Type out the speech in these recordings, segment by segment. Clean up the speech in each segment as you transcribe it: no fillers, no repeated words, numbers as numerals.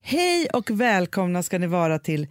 Hej och välkomna ska ni vara till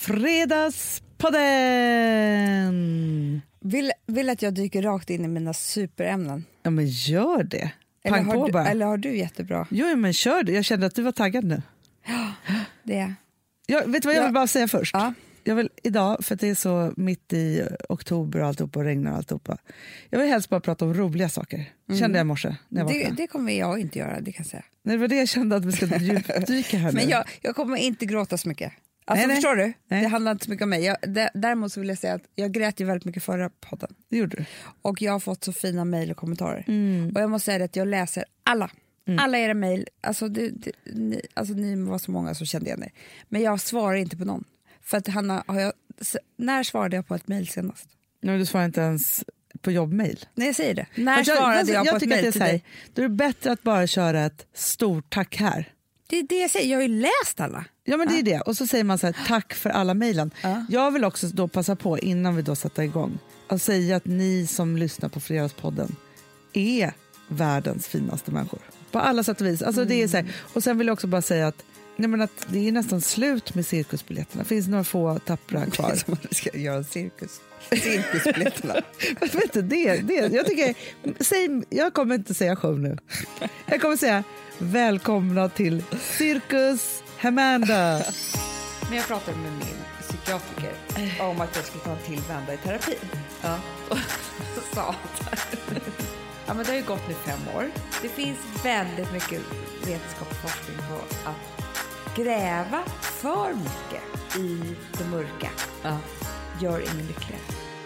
Fredagspodden! Vill att jag dyker rakt in i mina superämnen? Ja, men gör det. Pang på bara. Eller har du jättebra? Jo, men kör det. Jag kände att du var taggad nu. Ja, det. Vet du vad jag vill bara säga först? Ja. Jag vill idag, för att det är så mitt i oktober och alltihopa och regnar och alltihopa. Jag vill helst bara prata om roliga saker. Kände jag i morse när jag vaknade. Det kommer jag inte göra, det kan jag säga. Nej, det var det jag kände att vi ska djupdyka här nu. Men jag kommer inte gråta så mycket. Alltså, nej. förstår du? Nej. Det handlar inte så mycket om mig. Däremot så vill jag säga att jag grät ju väldigt mycket förra podden. Det gjorde du. Och jag har fått så fina mejl och kommentarer. Och jag måste säga att jag läser alla. Alla era mejl. Alltså, ni var så många som kände igen er. Men jag svarar inte på någon. För att Hanna, när svarade jag på ett mejl senast? Nej, du svarar inte ens på jobbmejl. Nej, jag säger det. När svarade jag på ett mejl till dig? Då är det bättre att bara köra ett stort tack här. Det är det jag säger, jag har ju läst alla. Ja, men det är det. Och så säger man så här, tack för alla mejlen. Jag vill också då passa på innan vi då sätter igång att säga att ni som lyssnar på Fredagspodden är världens finaste människor. På alla sätt och vis. Alltså, det är så här. Och sen vill jag också bara säga att att det är nästan slut med cirkusbiljetterna. Det finns några få tappra kvar. Det är som att vi ska göra cirkusbiljetterna. Vet du, jag tycker, jag kommer inte säga show nu. Jag kommer säga välkomna till Cirkus Amanda. Men jag pratade med min psykiatriker om att jag skulle ta en till vända i terapi. Ja. Och sa ja, men det har ju gått nu 5 år. Det finns väldigt mycket vetenskap och forskning på att gräva för mycket i det mörka gör ingen lycklig.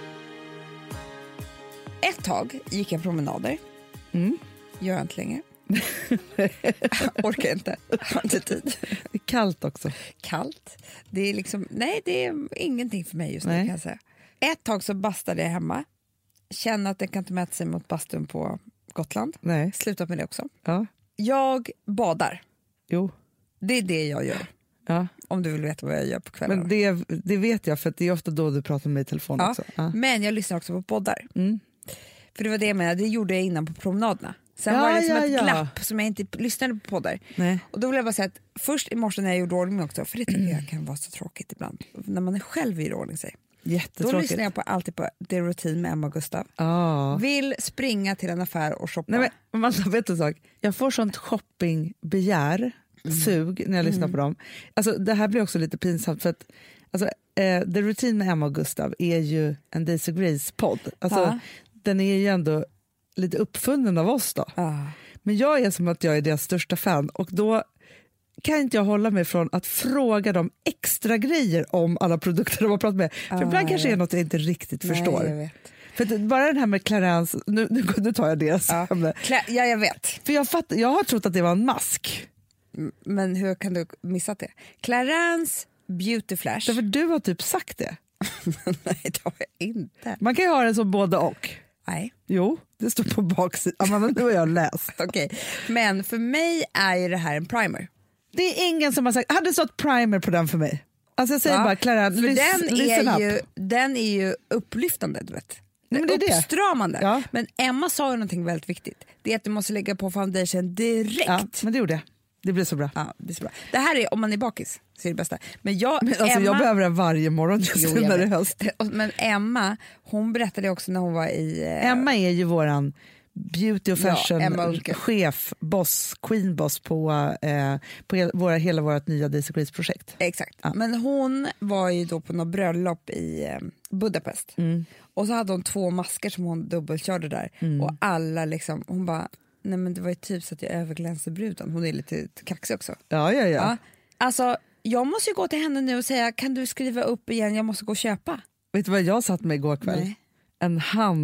Ett tag gick jag promenader. Gör jag inte längre. Orkar inte. Har inte tid. Det är kallt också. Kallt. Det är liksom, nej, det är ingenting för mig just nu, kan jag säga. Ett tag så bastade jag hemma. Känner att det kan inte mäta sig mot bastun på Gotland. Nej. Slutat med det också. Ja. Jag badar. Jo. Det är det jag gör. Ja. Om du vill veta vad jag gör på kvällen. Men det vet jag, för att det är ofta då du pratar med mig i telefon också. Ja. Men jag lyssnar också på poddar. För det var det jag menade, det gjorde jag innan på promenaderna. Sen var det som ett glapp som jag inte lyssnade på poddar. Nej. Och då vill jag bara säga att först i morse när jag gjorde ordning också, för det tycker jag kan vara så tråkigt ibland. När man är själv i ordning sig. Då lyssnar jag alltid på The Routine med Emma och Gustav. Vill springa till en affär och shoppa. Nej, men man vet en sak. Jag får sånt shoppingbegär, sug när jag lyssnar på dem. Alltså, det här blir också lite pinsamt för att alltså, The Routine med Emma och Gustav är ju en Daisy Grace-podd. Alltså, den är ju ändå lite uppfunnen av oss då. Men jag är som att jag är deras största fan, och då kan inte jag hålla mig från att fråga dem extra grejer om alla produkter de har pratat med. För ibland kanske är något jag inte riktigt förstår. Jag vet. För bara den här med Clarence, nu tar jag deras ämne. Ja, jag vet. För jag har trott att det var en mask. Men hur kan du missa det? Clarence Beauty Flash. Därför du har typ sagt det. Nej, det har jag inte. Man kan ju ha den som både och. Nej. Jo, det står på baksidan. Men nu har jag läst. Okej. Men för mig är ju det här en primer. Det är ingen som har sagt, hade stått primer på den för mig. Alltså jag säger bara, Clarence, den är ju upplyftande, du vet. Men det är uppstramande. Ja. Men Emma sa ju någonting väldigt viktigt. Det är att du måste lägga på foundation direkt. Ja, men det gjorde jag. Det blir så bra. Ja, det är så bra. Det här är om man är bakis, så är det bästa. Men jag behöver den varje morgon just när det är höst. Men Emma, hon berättade också när hon var i... Emma är ju våran beauty och fashion chef, boss, queen boss på hela vårt nya Daisy Grace-projekt. Exakt. Ja. Men hon var ju då på något bröllop i Budapest. Och så hade hon 2 masker som hon dubbelkörde där. Och alla liksom, hon bara, nej men det var ju typ så att jag överglänste bruden. Hon är lite kaxig också. Ja. Alltså, jag måste ju gå till henne nu och säga, kan du skriva upp igen, jag måste gå och köpa. Vet du vad jag satt med igår kväll? Nej. En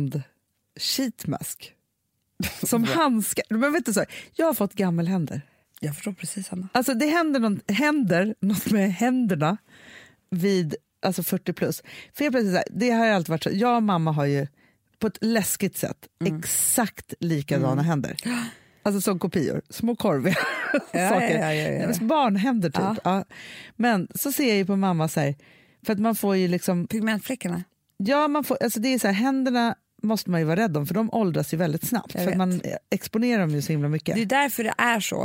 sheetmask. Som handskar. Men vet du så, jag har fått gammelhänder. Jag förstår precis, Anna. Alltså det händer något med händerna vid 40 plus. För jag plötsligt, det har alltid varit så. Jag och mamma har ju på ett läskigt sätt exakt likadana händer. Alltså som kopior, små korviga saker. Ja. Barnhänder typ. Ja. Men så ser jag ju på mamma så här, för att man får ju liksom pigmentfläckarna. Ja, man får, alltså det är så här, händerna måste man ju vara rädd om, för de åldras ju väldigt snabbt. För man exponerar dem ju så himla mycket. Det är därför det är så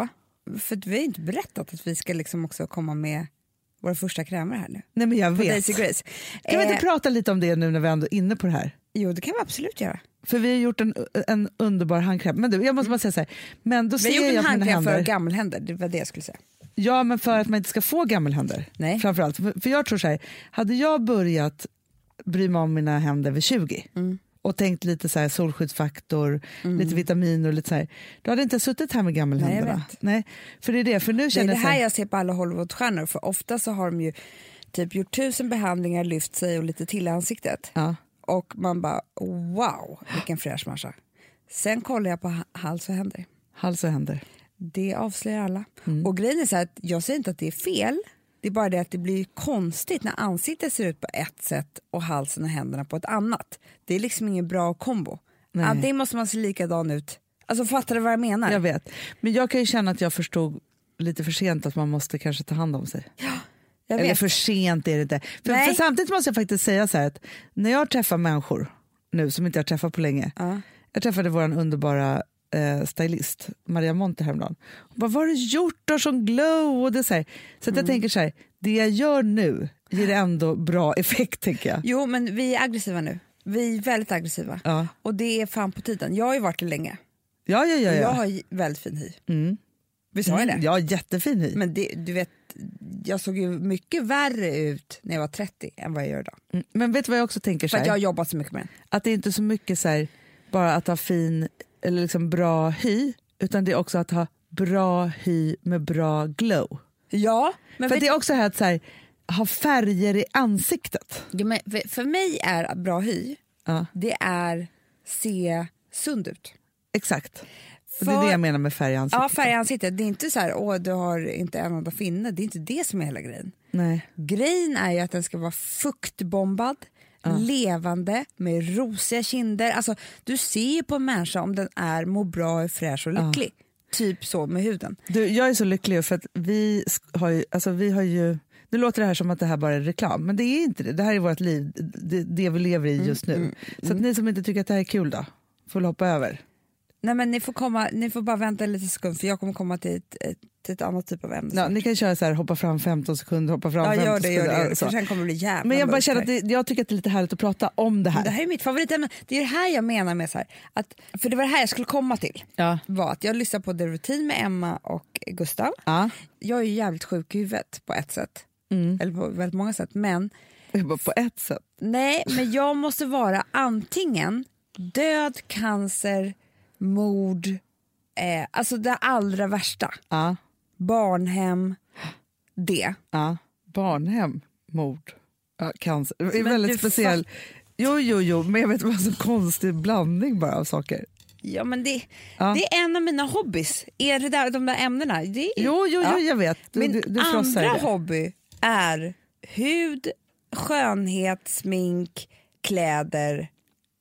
för vi har inte berättat att vi ska liksom också komma med våra första krämer här nu. Nej, men jag På vet. Daisy Grace. Kan vi inte prata lite om det nu när vi ändå är inne på det här? Jo, det kan vi absolut göra. För vi har gjort en underbar handkräm. Men du, jag måste bara säga så här. Men då Vi har ser gjort en jag på mina handkräm för händer. gammelhänder, det var det jag skulle säga. Ja, men för att man inte ska få gammelhänder. Nej. Framförallt. För jag tror så här, hade jag börjat bry mig om mina händer vid 20 och tänkt lite så här solskyddsfaktor, lite vitaminer och lite så här, då hade jag inte suttit här med gammelhänderna. Nej, för det är det. För nu Det är känner det jag så här jag ser på alla Hollywoodstjärnor, för ofta så har de ju typ gjort 1000 behandlingar, lyft sig och lite till i ansiktet. Ja. Och man bara, wow, vilken fräsch människa. Sen kollar jag på hals och händer. Hals och händer. Det avslöjar alla. Och grejen är så här att jag säger inte att det är fel. Det är bara det att det blir konstigt när ansiktet ser ut på ett sätt och halsen och händerna på ett annat. Det är liksom ingen bra kombo. Antingen måste man se likadan ut. Alltså fattar du vad jag menar? Jag vet. Men jag kan ju känna att jag förstod lite för sent att man måste kanske ta hand om sig. Jag Eller vet. för sent är det inte. För samtidigt måste jag faktiskt säga så här att när jag träffar människor nu som inte jag träffat på länge. Jag träffade vår underbara stylist Maria Monte häromdagen. Vad har du gjort då som glow? Och det så att jag tänker så här, det jag gör nu ger ändå bra effekt, tänker jag. Jo, men vi är aggressiva nu. Vi är väldigt aggressiva. Ja. Och det är fan på tiden. Jag har ju varit det länge. Ja. Jag har väldigt fin hy. Visst har jag det? Ja, jättefin hy. Men det, du vet, jag såg ju mycket värre ut när jag var 30 än vad jag gör idag. Men vet du vad jag också tänker så För att här? jag har jobbat så mycket med den. Att det är inte så mycket så här, bara att ha fin eller liksom bra hy, utan det är också att ha bra hy med bra glow. Ja, men För det är också här att så här, ha färger i ansiktet. ja, men för mig är bra hy, Ja. det är se sund ut. Exakt. Och det är det jag menar med färg i ansiktet. Ja, färg i ansiktet. Det är inte så här, du har inte en enda finne. Det är inte det som är hela grejen. Nej. Grejen är ju att den ska vara fuktbombad, levande, med rosiga kinder. Alltså, du ser ju på en människa om den mår bra, är fräsch och lycklig. Typ så med huden. Du, jag är så lycklig för att vi har ju, nu låter det här som att det här bara är reklam, men det är inte det. Det här är vårt liv, det vi lever i just nu. Så att ni som inte tycker att det här är kul då, får hoppa över. Nej, men ni får bara vänta en liten sekund, för jag kommer komma till ett annat typ av ämne. Ja, ni kan köra så här, hoppa fram 15 sekunder, hoppa fram 15 gör sekunder. det. För sen kommer det bli jävla. Men jag bara lugnt känner här. att jag tycker att det är lite härligt att prata om det här. Det här är mitt favoritämne. Det är det här jag menar med så här, att, för det var det här jag skulle komma till. Ja. Var att jag lyssnade på The Routine med Emma och Gustav. Ja. Jag är ju jävligt sjuk i huvudet på ett sätt. Eller på väldigt många sätt. Men På ett sätt. nej, men jag måste vara antingen död, cancer, mord, alltså det allra värsta. Ja. Barnhem, det. Ja. Barnhem, mord, cancer. Det är Men väldigt du speciell. Jo, men jag vet vad så konstig blandning bara av saker. Ja, men det är en av mina hobbys. Är det där, de där ämnena? Det är, Jo, jag vet. Min Du frossar i andra det. hobby är hud, skönhet, smink, kläder,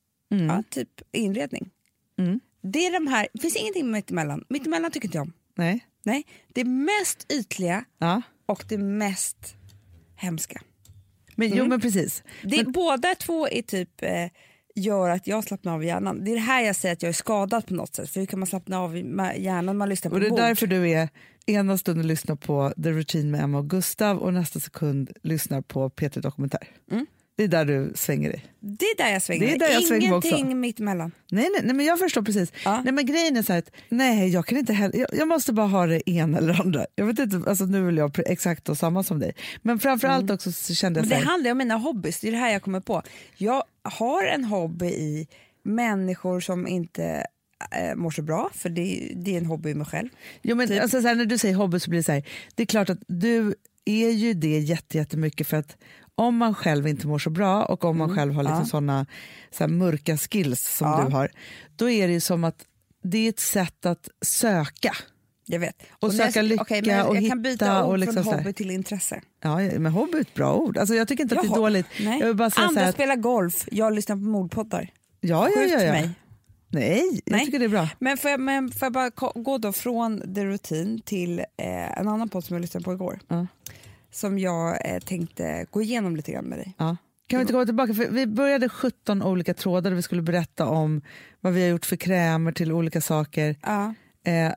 typ inredning. Det är de här, det finns ingenting mittemellan. Mittemellan tycker inte jag om. Nej, det mest ytliga och det mest hemska. Men, Jo, men precis. Båda två är typ gör att jag slappnar av hjärnan. Det är det här jag säger att jag är skadad på något sätt. För hur kan man slappna av hjärnan när man lyssnar på Och det är bord? därför du är ena stunden lyssnar på The Routine med Emma och Gustav och nästa sekund lyssnar på P3 Dokumentär. Det är där du svänger dig. Det är där jag svänger. Det är där jag svänger ingenting också. mittemellan. Nej, men jag förstår precis. Nej, men grejen är så här att jag kan inte heller, jag måste bara ha det ena eller andra. Jag vet inte, alltså nu vill jag exakt och samma som dig. Men framförallt också så kände jag Men så det här, handlar om mina hobbys, det är det här jag kommer på. Jag har en hobby i människor som inte mår så bra, för det är en hobby i mig själv. Jo, men typ. alltså, så här, när du säger hobby så blir det så här, det är klart att du är ju det jättemycket för att om man själv inte mår så bra och om man själv har liksom såna så här mörka skills som du har, då är det ju som att det är ett sätt att söka. Jag vet. Och söka lycka men jag och kan hitta byta ord och liksom från så här. hobby till intresse. Ja, men hobby är ett bra ord. Alltså, jag tycker inte att det är dåligt. Nej. Jag vill bara säga Andra så här att, spelar golf, jag lyssnar på mordpoddar. ja. Mig. Nej, jag tycker det är bra. Men får jag bara gå då från The Routine till en annan podd som jag lyssnade på igår. Som jag tänkte gå igenom lite grann med dig. Ja. Kan vi inte gå tillbaka? För vi började 17 olika trådar där vi skulle berätta om vad vi har gjort för krämer till olika saker.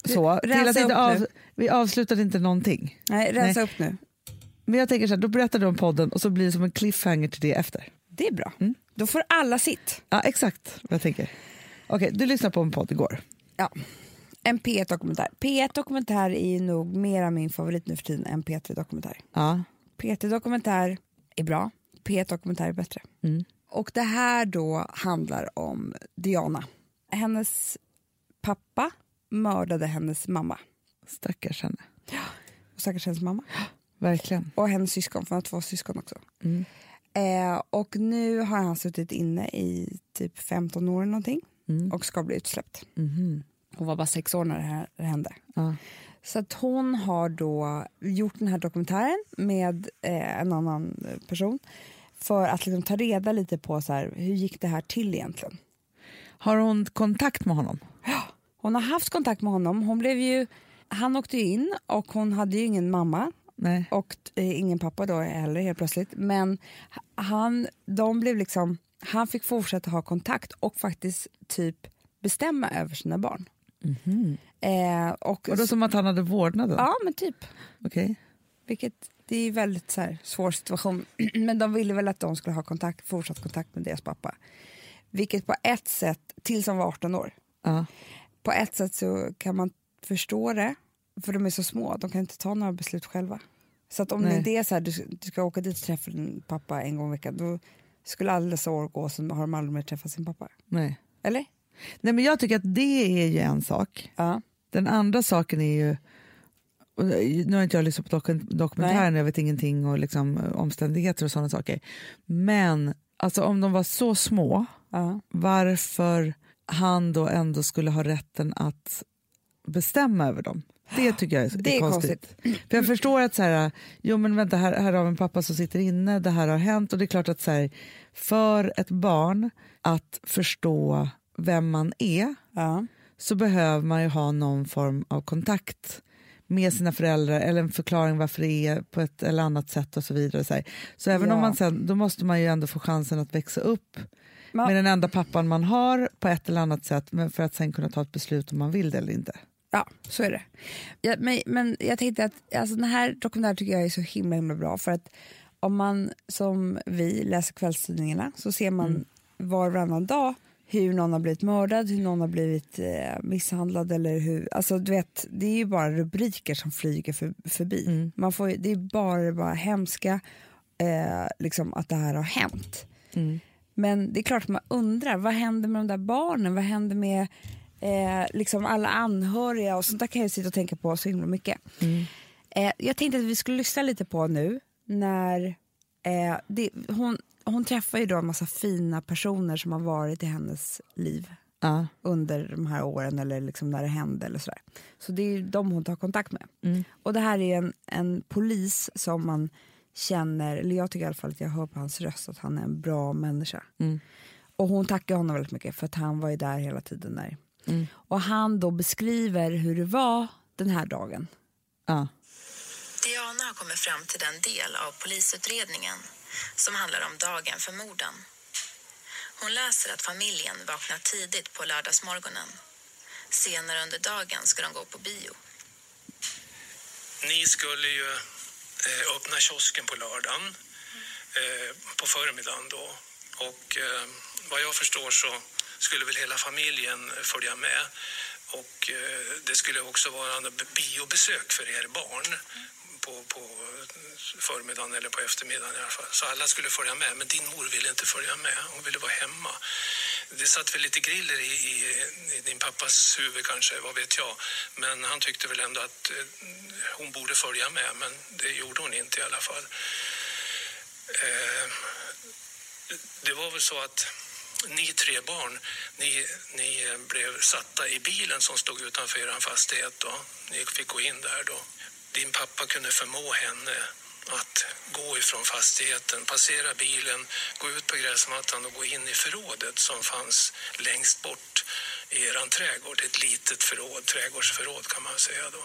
så. Till att inte vi avslutade inte någonting. Nej, rensa upp nu. Men jag tänker så här, då berättar du om podden och så blir det som en cliffhanger till det efter. Det är bra. Då får alla sitt. Ja, exakt vad jag tänker. Okej, du lyssnade på en podd igår. Ja, en P1-dokumentär. P1-dokumentär är nog mera min favorit nu för tiden än P3-dokumentär. Ja. P3-dokumentär är bra, P1-dokumentär är bättre. Och det här då handlar om Diana. Hennes pappa mördade hennes mamma. Stackars henne. Ja, och stackars hennes mamma. Verkligen. Och hennes syskon, för han har 2 syskon också. Och nu har han suttit inne i typ 15 år eller någonting och ska bli utsläppt. Hon var bara 6 år när det här hände. Så att hon har då gjort den här dokumentären med en annan person för att liksom ta reda lite på så här, hur gick det här till egentligen. Har hon kontakt med honom? Ja, hon har haft kontakt med honom. Han åkte ju in och hon hade ju ingen mamma. Nej. Och ingen pappa då heller helt plötsligt. Men han fick fortsätta ha kontakt och faktiskt typ bestämma över sina barn. Och då som att han hade vårdnaden? Ja, men typ. Okej. Vilket, det är väldigt så här, svår situation. Men de ville väl att de skulle ha fortsatt kontakt med deras pappa. Vilket på ett sätt, tills de var 18 år. På ett sätt så kan man förstå det. För de är så små, de kan inte ta några beslut själva. Så att om det är så här, du ska åka dit och träffa din pappa en gång i veckan, då skulle alla dessa år gå så har de aldrig mer träffat sin pappa. Nej. Eller? Nej, men jag tycker att det är ju en sak. Den andra saken är ju, nu har inte jag lyssnat på dokumentären, jag vet ingenting och liksom omständigheter och sådana saker. Men alltså om de var så små, varför han då ändå skulle ha rätten att bestämma över dem. Det tycker jag är konstigt. För jag förstår att så här, jo men vänta, här har vi en pappa som sitter inne, det här har hänt och det är klart att så här, för ett barn att förstå vem man är så behöver man ju ha någon form av kontakt med sina föräldrar eller en förklaring varför det är på ett eller annat sätt och så vidare. Så även om man sen, då måste man ju ändå få chansen att växa upp med den enda pappan man har på ett eller annat sätt för att sen kunna ta ett beslut om man vill det eller inte. Ja, så är det. Men jag tänkte att alltså, den här dokumentären tycker jag är så himla bra för att om man som vi läser kvällstidningarna så ser man var och varannan dag hur någon har blivit mördad, hur någon har blivit misshandlad eller hur, alltså du vet, det är ju bara rubriker som flyger förbi. Man får, det är bara hemska liksom att det här har hänt. Men det är klart att man undrar, vad händer med de där barnen? Vad händer med liksom alla anhöriga och sånt där kan jag sitta och tänka på så himla mycket. Jag tänkte att vi skulle lyssna lite på nu när hon träffar ju då en massa fina personer som har varit i hennes liv under de här åren eller liksom när det hände eller sådär. Så det är ju de hon tar kontakt med. Och det här är en polis som man känner, eller jag tycker i alla fall att jag hör på hans röst att han är en bra människa. Och hon tackar honom väldigt mycket för att han var ju där hela tiden där. Och han då beskriver hur det var den här dagen. Diana har kommit fram till den del av polisutredningen som handlar om dagen för morden. Hon läser att familjen vaknar tidigt på lördagsmorgonen. Senare under dagen ska de gå på bio. Ni skulle ju öppna kiosken på lördagen på förmiddagen då. Och vad jag förstår så skulle väl hela familjen följa med. Och det skulle också vara en biobesök för er barn på förmiddagen eller på eftermiddagen i alla fall. Så alla skulle följa med, men din mor ville inte följa med. Hon ville vara hemma. Det satt väl lite griller i din pappas huvud kanske, vad vet jag. Men han tyckte väl ändå att hon borde följa med, men det gjorde hon inte i alla fall. Det var väl så att ni 3 barn, ni blev satta i bilen som stod utanför er fastighet då. Ni fick gå in där då. Din pappa kunde förmå henne att gå ifrån fastigheten, passera bilen, gå ut på gräsmattan och gå in i förrådet som fanns längst bort i eran trädgård. Ett litet förråd, trädgårdsförråd kan man säga då.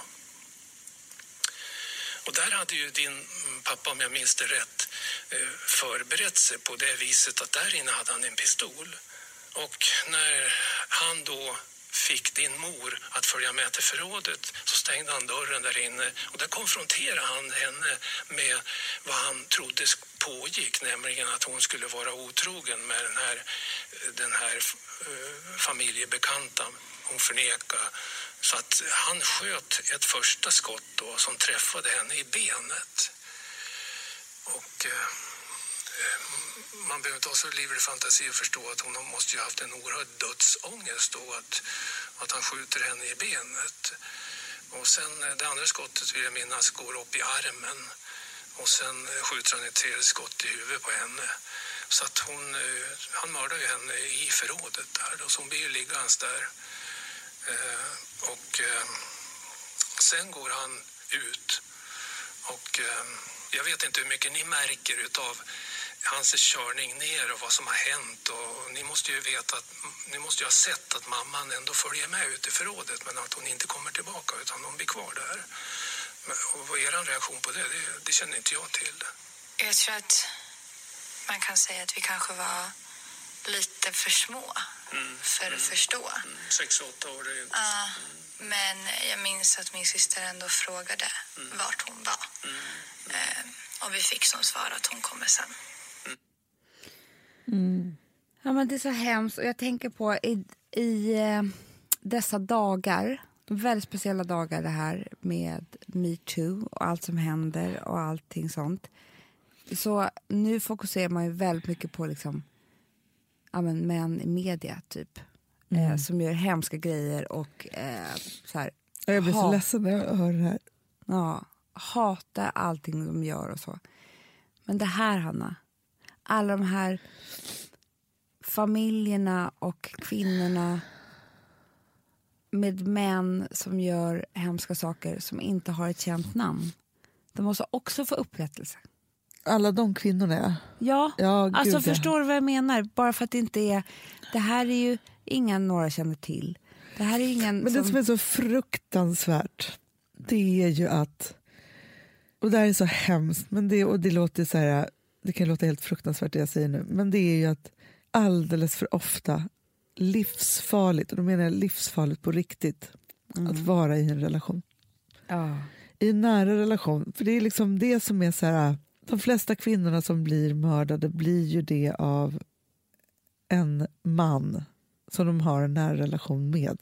Och där hade ju din pappa, om jag minns det rätt, förberett sig på det viset att där inne hade han en pistol. Och när han då fick din mor att följa med till förrådet, så stängde han dörren där inne och där konfronterade han henne med vad han trodde pågick, nämligen att hon skulle vara otrogen med den här familjebekanta. Hon förnekade. Så att han sköt ett första skott då, som träffade henne i benet. Och man behöver inte ha så livlig fantasi och förstå att hon måste ju ha haft en oerhörd dödsångest då, att han skjuter henne i benet. Och sen det andra skottet, vill jag minnas, går upp i armen. Och sen skjuter han ett tredje skott i huvudet på henne. Så att han mördar ju henne i förrådet där då, så hon blir ju liggandes där. Och sen går han ut och jag vet inte hur mycket ni märker utav hans körning ner och vad som har hänt, och ni måste ju veta att ni måste ju ha sett att mamman ändå följer med ut i förrådet, men att hon inte kommer tillbaka utan hon blir kvar där. Och vad är er reaktion på det känner inte jag till. Jag tror att man kan säga att vi kanske var lite för små för att förstå. 6-8 år, det är inte... Ja, men jag minns att min syster ändå frågade vart hon var. Och vi fick som svar att hon kommer sen. Ja, men det är så hemskt. Och jag tänker på i dessa dagar, väldigt speciella dagar, det här med Me Too och allt som händer och allting sånt. Så nu fokuserar man ju väldigt mycket på liksom, ja, men män i media typ. Som gör hemska grejer och så här. Jag blir så ledsen när jag hör det här. Ja, hatar allting de gör och så. Men det här, Hanna, alla de här familjerna och kvinnorna med män som gör hemska saker som inte har ett känt namn. De måste också få upprättelse. Alla de kvinnorna, ja. Alltså gud, förstår du vad jag menar? Bara för att det inte är... Det här är ju ingen några känner till. Det här är ingen men det som är så fruktansvärt, det är ju att... Och det här är så hemskt, men det låter så här... Det kan låta helt fruktansvärt det jag säger nu, men det är ju att alldeles för ofta livsfarligt, och då menar jag livsfarligt på riktigt, att vara i en relation. Ja. I en nära relation. För det är liksom det som är så här... De flesta kvinnorna som blir mördade blir ju det av en man som de har en nära relation med.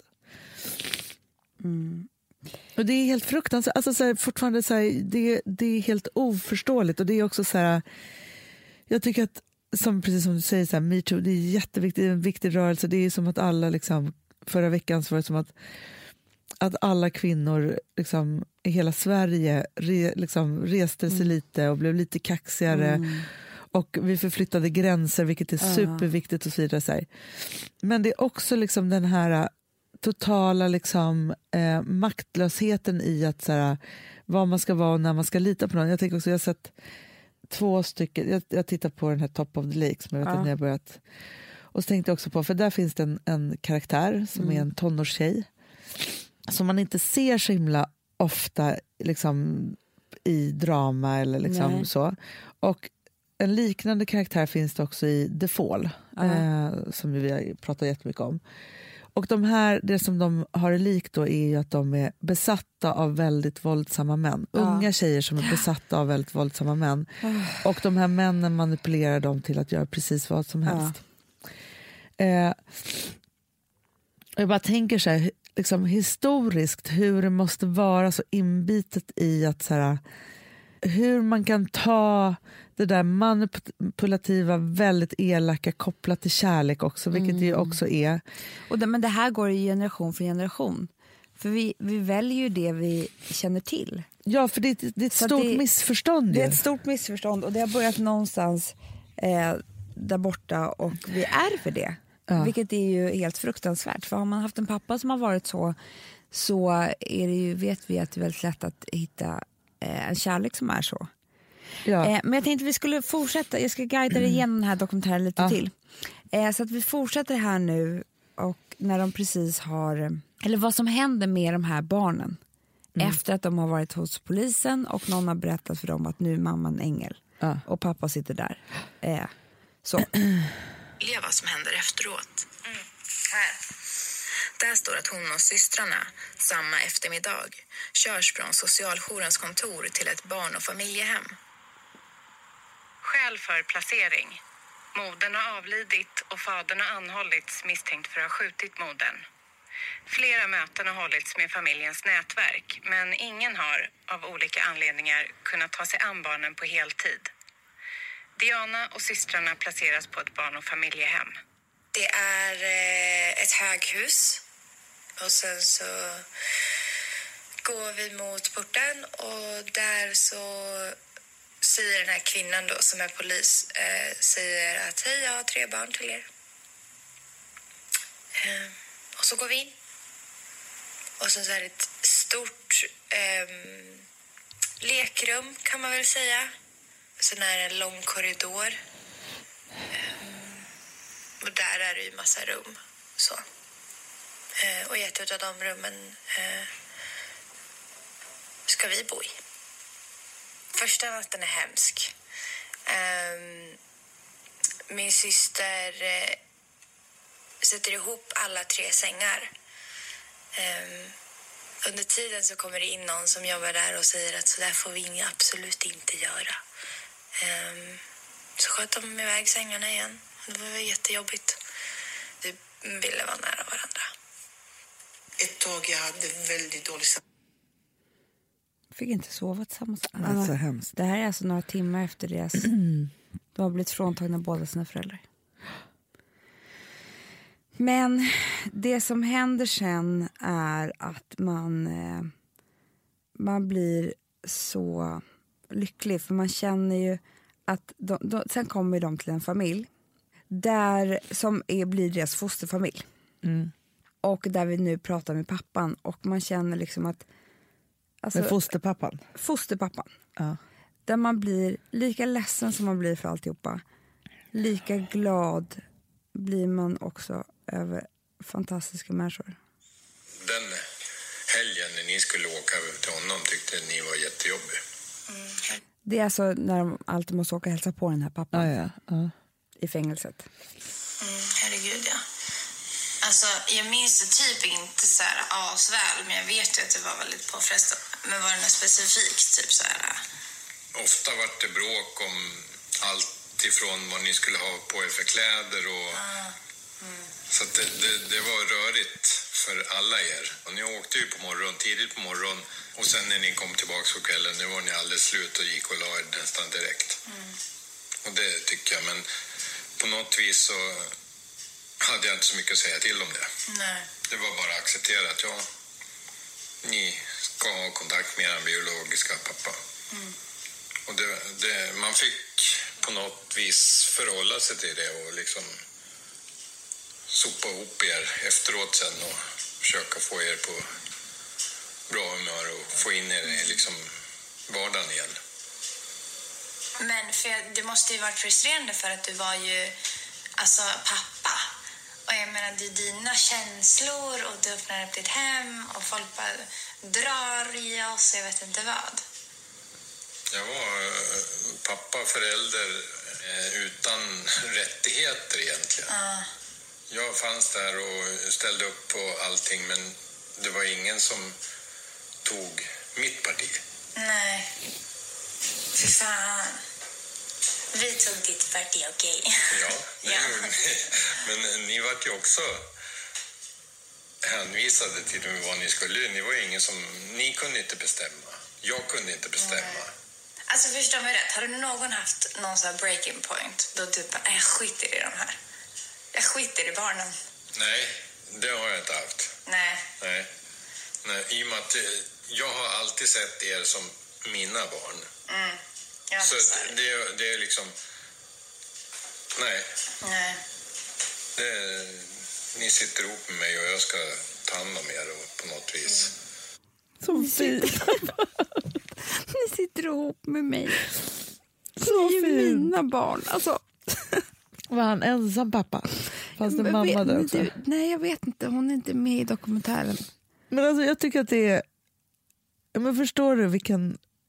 Och det är helt fruktansvärt. Alltså så här, fortfarande så här, det är helt oförståeligt. Och det är också så här... Jag tycker att, precis som du säger, så här, Me Too, det är jätteviktigt, det är en viktig rörelse. Det är som att alla, liksom, förra veckan så var det som att alla kvinnor liksom, i hela Sverige reste sig lite och blev lite kaxigare. Och vi förflyttade gränser, vilket är superviktigt och så vidare. Så här. Men det är också liksom den här totala liksom, maktlösheten i att så här, vad man ska vara och när man ska lita på någon. Jag tänker också, jag har sett 2 stycken, jag tittar på den här Top of the Lake som jag vet att ni har börjat. Och så tänkte jag också på, för där finns det en karaktär som är en tonårstjej som man inte ser så himla ofta liksom, i drama eller liksom så. Och en liknande karaktär finns det också i The Fall, som vi har pratat jättemycket om. Och det som de har likt då är ju att de är besatta av väldigt våldsamma män. Unga tjejer som är besatta av väldigt våldsamma män. Och de här männen manipulerar dem till att göra precis vad som helst. Jag bara tänker så här, liksom historiskt hur det måste vara så inbitet i att så här, hur man kan ta det där manipulativa, väldigt elaka kopplat till kärlek också, vilket det ju också är. Men det här går ju generation för generation. För vi väljer ju det vi känner till. Ja, för det är ett stort missförstånd. Det är ett stort missförstånd och det har börjat någonstans där borta och vi ärver det. Vilket är ju helt fruktansvärt. För har man haft en pappa som har varit så är det ju, vet vi att det är väldigt lätt att hitta en kärlek som är så. Ja. Men jag tänkte vi skulle fortsätta. Jag ska guida dig igenom den här dokumentären lite till. Så att vi fortsätter här nu och när de precis har, eller vad som händer med de här barnen efter att de har varit hos polisen och någon har berättat för dem att nu är mamman ängel och pappa sitter där. Så. Vad som händer efteråt. Här. Där står att hon och systrarna samma eftermiddag körs från socialjourens kontor till ett barn- och familjehem. Skäl för placering. Modern har avlidit och fadern har anhållits misstänkt för att ha skjutit modern. Flera möten har hållits med familjens nätverk, men ingen har av olika anledningar kunnat ta sig an barnen på heltid. Diana och systrarna placeras på ett barn- och familjehem. Det är ett höghus och sen så går vi mot porten och där så säger den här kvinnan då som är polis säger att hej, jag har 3 barn till er. Och så går vi in. Och så är det ett stort lekrum kan man väl säga. Sen är det en lång korridor. Och där är det ju massa rum. Så. Och ett av de rummen ska vi bo i. Första natten är hemsk. Min syster sätter ihop alla 3 sängar. Under tiden så kommer det in någon som jobbar där och säger att så där får vi absolut inte göra. Så sköt de iväg sängarna igen. Det var jättejobbigt. Vi ville vara nära varandra. Ett tag jag hade väldigt dålig Fick inte sova tillsammans. Det är så hemskt. Det här är alltså några timmar efter deras... De har blivit fråntagna båda sina föräldrar. Men det som händer sen är att man blir så lycklig. För man känner ju att sen kommer de till en familj där som blir deras fosterfamilj. Och där vi nu pratar med pappan. Och man känner liksom att... Alltså, med fosterpappan? Fosterpappan. Ja. Där man blir lika ledsen som man blir för alltihopa. Lika glad blir man också över fantastiska människor. Den helgen när ni skulle åka till honom tyckte ni var jättejobbig. Det är alltså när de alltid måste åka och hälsa på den här pappan i fängelset. Herregud, ja. Alltså, jag minns det typ inte så här asväl, men jag vet ju att det var väldigt påfrestande. Men var det något specifikt, typ så här? Ofta var det bråk om allt ifrån vad ni skulle ha på er för kläder och... Så att det var rörigt för alla er. Och ni åkte ju på morgon, tidigt på morgon. Och sen när ni kom tillbaka på kvällen, nu var ni alldeles slut och gick och la er nästan direkt. Och det tycker jag, men på något vis så hade jag inte så mycket att säga till om det. Nej. Det var bara att acceptera att ni ska ha kontakt med er biologiska pappa. Och man fick på något vis förhålla sig till det och liksom sopa ihop er efteråt sen och försöka få er på bra humör och få in er i liksom vardagen igen. Men för det måste ju varit frustrerande för att du var ju alltså pappa. Och jag menar, det är dina känslor och du öppnar upp ditt hem och folk bara drar i oss, jag vet inte vad. Jag var pappa, förälder utan rättigheter egentligen. Jag fanns där och ställde upp på allting, men det var ingen som tog mitt parti. Nej. Fy fan. Vi tog ditt parti, okej. Ja, det gjorde ni. Men ni var ju också hänvisade till vad ni skulle. Ni kunde inte bestämma. Jag kunde inte bestämma. Alltså förstå mig rätt, har du någon haft någon sån här breaking point då du bara, jag skiter i de här. Jag skiter i barnen. Nej, det har jag inte haft. Nej. I och med att jag har alltid sett er som mina barn. Ja, så det är liksom... Nej. Ni sitter ihop med mig och jag ska ta hand om er på något vis. Så fint. Ni sitter ihop med mig. Så Ni är fint. mina barn. Alltså. Var han ensam pappa? Fast det mamma där också. Nej, jag vet inte. Hon är inte med i dokumentären. Men alltså jag tycker att det är... Men förstår du vilken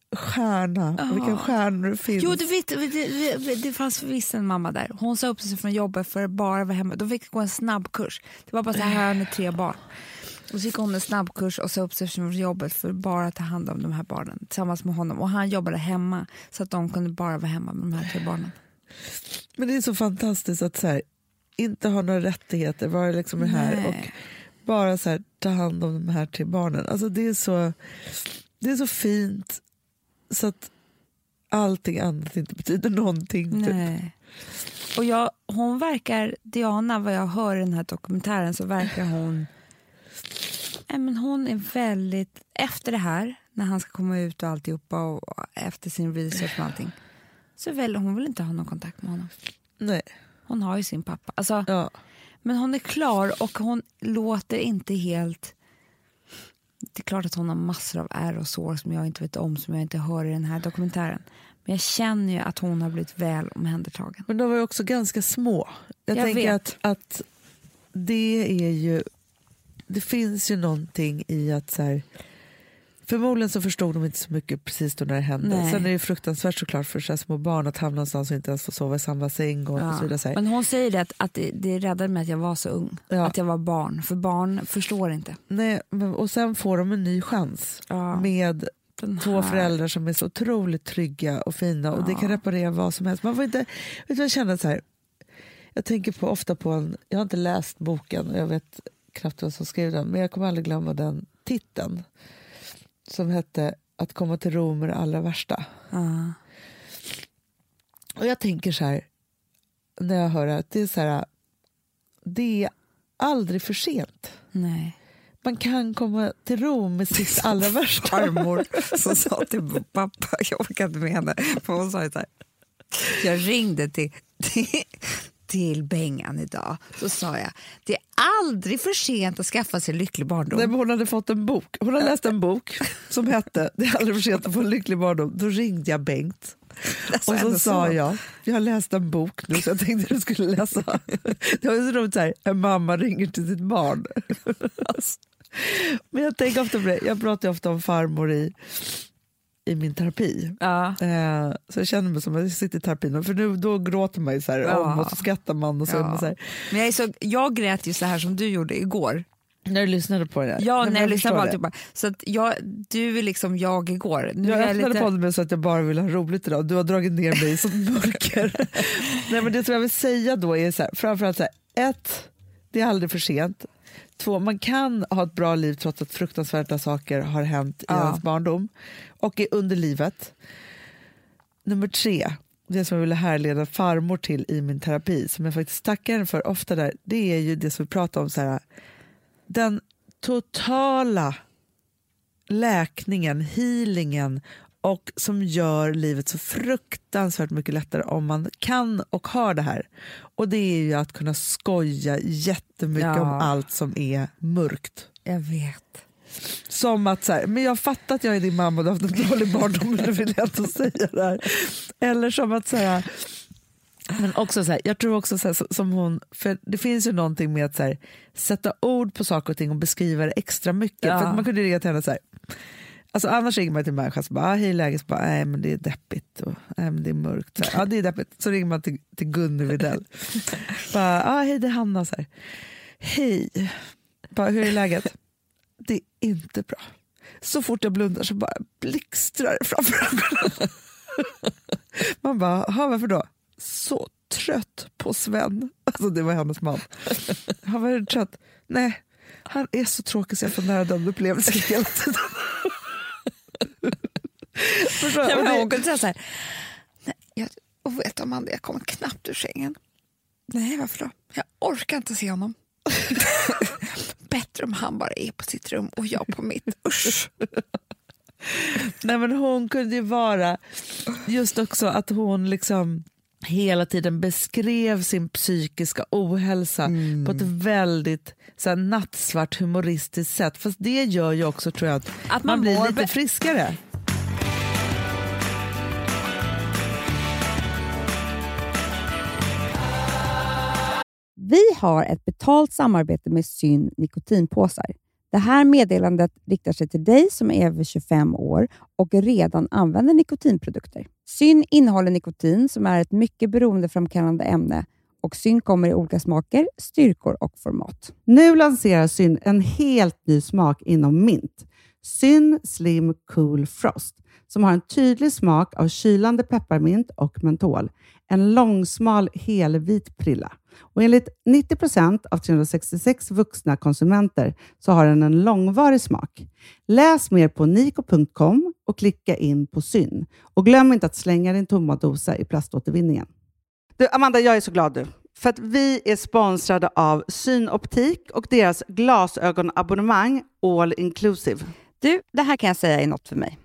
stjärna. Och vilka stjärnor det finns. Jo, du vet, det fanns förvisso en mamma där. Hon sa upp sig från jobbet för att bara vara hemma. De fick gå en snabbkurs. Det var bara så här med 3 barn. Och så gick hon en snabbkurs och sa upp sig från jobbet för att bara ta hand om de här barnen tillsammans med honom. Och han jobbade hemma så att de kunde bara vara hemma med de här 3 barnen. Men det är så fantastiskt att så här, inte ha några rättigheter, vara liksom det här och bara så här, ta hand om de här 3 barnen. Alltså det är så fint så att allting annat inte betyder någonting. Nej. Typ. Och hon verkar, Diana, vad jag hör i den här dokumentären så verkar hon men hon är väldigt, efter det här när han ska komma ut och alltihopa och efter sin research och allting så hon vill inte ha någon kontakt med honom. Nej. Hon har ju sin pappa. Alltså, men hon är klar och hon låter inte helt... Det är klart att hon har massor av ärr och sår som jag inte vet om, som jag inte hör i den här dokumentären. Men jag känner ju att hon har blivit väl omhändertagen. Men de var ju också ganska små. Jag tänker att det är ju... Det finns ju någonting i att så här... Förmodligen så förstod de inte så mycket precis då när det hände. Nej. Sen är det fruktansvärt såklart för så här små barn att hamna någonstans och inte ens få sova i samma säng och så vidare. Så men hon säger det att det räddade mig att jag var så ung. Att jag var barn. För barn förstår inte. Nej, och sen får de en ny chans med 2 föräldrar som är så otroligt trygga och fina och det kan reparera vad som helst. Man får inte, vet du vad jag känner så här? Jag tänker ofta på jag har inte läst boken och jag vet knappt vem som skrev den, men jag kommer aldrig glömma den titeln som hette Att komma till Rom är det allra värsta. Och jag tänker så här när jag hör att det är så här, det är aldrig för sent. Nej. Man kan komma till Rom med sitt allra värsta. Farmor som sa till pappa, jag orkar inte med henne, för hon sa så här, jag ringde till Bengan idag, så sa jag, det är aldrig för sent att skaffa sig lycklig barndom. Nej, men hon hade fått en bok. Hon hade läst en bok som hette Det är aldrig för sent att få en lycklig barndom. Då ringde jag Bengt. Och så sa jag har läst en bok nu så jag tänkte att du skulle läsa. Det var ju så roligt så här, en mamma ringer till sitt barn. Men jag tänker ofta på det. Jag pratar ofta om farmor i min terapi. Så jag känner mig som att jag sitter i terapin. För nu då gråter man ju så här om och så skrattar man. Och så, så här. Men jag grät ju så här som du gjorde igår. När du lyssnade på det där. Ja, när jag lyssnade på alltihopa. Så att du är liksom jag igår. Nu jag öppnade lite... podden med så att jag bara vill ha roligt idag. Du har dragit ner mig i sånt mörker. Nej, men det som jag vill säga då är så här, framförallt så här, 1, det är aldrig för sent. 2, man kan ha ett bra liv trots att fruktansvärda saker har hänt i ens barndom och under livet. Nummer 3, det som jag ville härleda farmor till i min terapi, som jag faktiskt tackar henne för ofta där, det är ju det som vi pratar om, så här, den totala läkningen, healingen, och som gör livet så fruktansvärt mycket lättare om man kan och har det här. Och det är ju att kunna skoja jättemycket om allt som är mörkt. Jag vet. Som att så här, men jag fattar att jag är din mamma och du har haft en dålig barndom, men det vill jag inte säga det här. Eller som att säga, men också så här, jag tror också så här, som hon, för det finns ju någonting med att så här, sätta ord på saker och ting och beskriva det extra mycket. För att man kunde ringa till henne så här. Alltså annars ringer man till människan så bara, hej läget, så bara, nej men det är deppigt och nej men det är mörkt. Så här, ja det är deppigt. Så ringer man till Gunnar Widell. Bara, hej det är Hanna så här. Hej, bara, hur är läget? Det är inte bra. Så fort jag blundar så bara blixtrar det framför ögonen. Man bara, varför då? Så trött på Sven. Alltså det var hennes man. Han var trött. Nej, han är så tråkig så jag får nära den upplevelsen hela tiden. Hon kunde säga så här, nej, och vet Amanda, jag kommer knappt ur sängen. Nej, varför då? Jag orkar inte se honom. Bättre om han bara är på sitt rum och jag på mitt. Usch. Nej, men hon kunde ju vara just också att hon liksom hela tiden beskrev sin psykiska ohälsa på ett väldigt så här, nattsvart humoristiskt sätt. Fast det gör ju också, tror jag, att man blir lite friskare. Vi har ett betalt samarbete med Syn nikotinpåsar. Det här meddelandet riktar sig till dig som är över 25 år och redan använder nikotinprodukter. Syn innehåller nikotin som är ett mycket beroendeframkallande ämne och Syn kommer i olika smaker, styrkor och format. Nu lanserar Syn en helt ny smak inom mint. Syn Slim Cool Frost som har en tydlig smak av kylande pepparmint och mentol. En långsmal helvit prilla. Och enligt 90% av 366 vuxna konsumenter så har den en långvarig smak. Läs mer på niko.com och klicka in på Syn. Och glöm inte att slänga din tomma dosa i plaståtervinningen. Du, Amanda, jag är så glad du. För att vi är sponsrade av Synoptik och deras glasögonabonnemang All Inclusive. Du, det här kan jag säga är något för mig.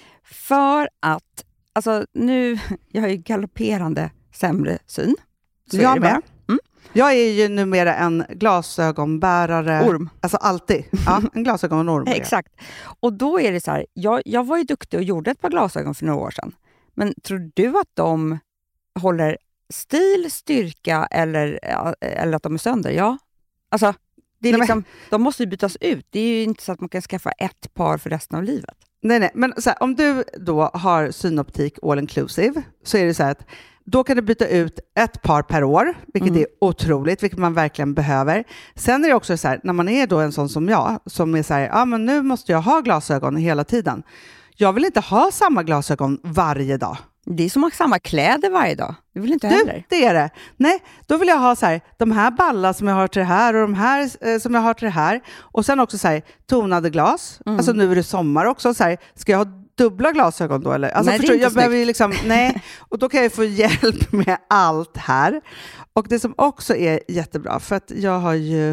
För att, alltså nu, jag har ju galopperande sämre syn. Så jag är det med. Jag är ju numera en glasögonbärare. Orm. Alltså alltid. Ja, en glasögonorm. Exakt. Och då är det så här, jag var ju duktig och gjorde ett par glasögon för några år sedan. Men tror du att de håller stil, styrka eller att de är sönder? Ja. Alltså, det är liksom, de måste ju bytas ut. Det är ju inte så att man kan skaffa ett par för resten av livet. Nej. Men så här, om du då har Synoptik All Inclusive så är det så här att då kan du byta ut ett par per år, vilket är otroligt, vilket man verkligen behöver. Sen är det också så här, när man är då en sån som jag, som är så här, ja men nu måste jag ha glasögon hela tiden. Jag vill inte ha samma glasögon varje dag. Det är som att ha samma kläder varje dag. Det vill inte heller. Det är det. Nej, då vill jag ha så här, de här ballar som jag har till det här och de här som jag har till det här. Och sen också så här, tonade glas. Alltså nu är det sommar också. Så här, ska jag ha dubbla glasögon då? Eller? Alltså, nej, förstår, jag behöver ju liksom, nej. Och då kan jag få hjälp med allt här. Och det som också är jättebra, för att jag har ju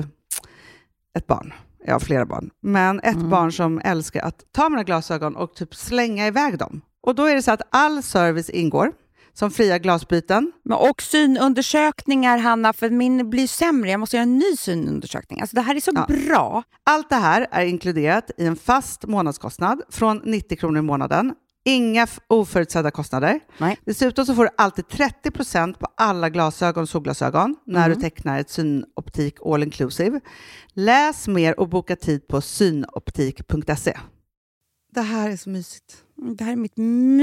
ett barn. Jag har flera barn. Men ett barn som älskar att ta mina glasögon och typ slänga iväg dem. Och då är det så att all service ingår. Som fria glasbyten. Och synundersökningar, Hanna, för min blir sämre. Jag måste göra en ny synundersökning. Alltså det här är så bra. Allt det här är inkluderat i en fast månadskostnad från 90 kronor i månaden. Inga oförutsedda kostnader. Nej. Dessutom så får du alltid 30% på alla glasögon och solglasögon när du tecknar ett Synoptik All Inclusive. Läs mer och boka tid på synoptik.se. Det här är så mysigt. Det här är mitt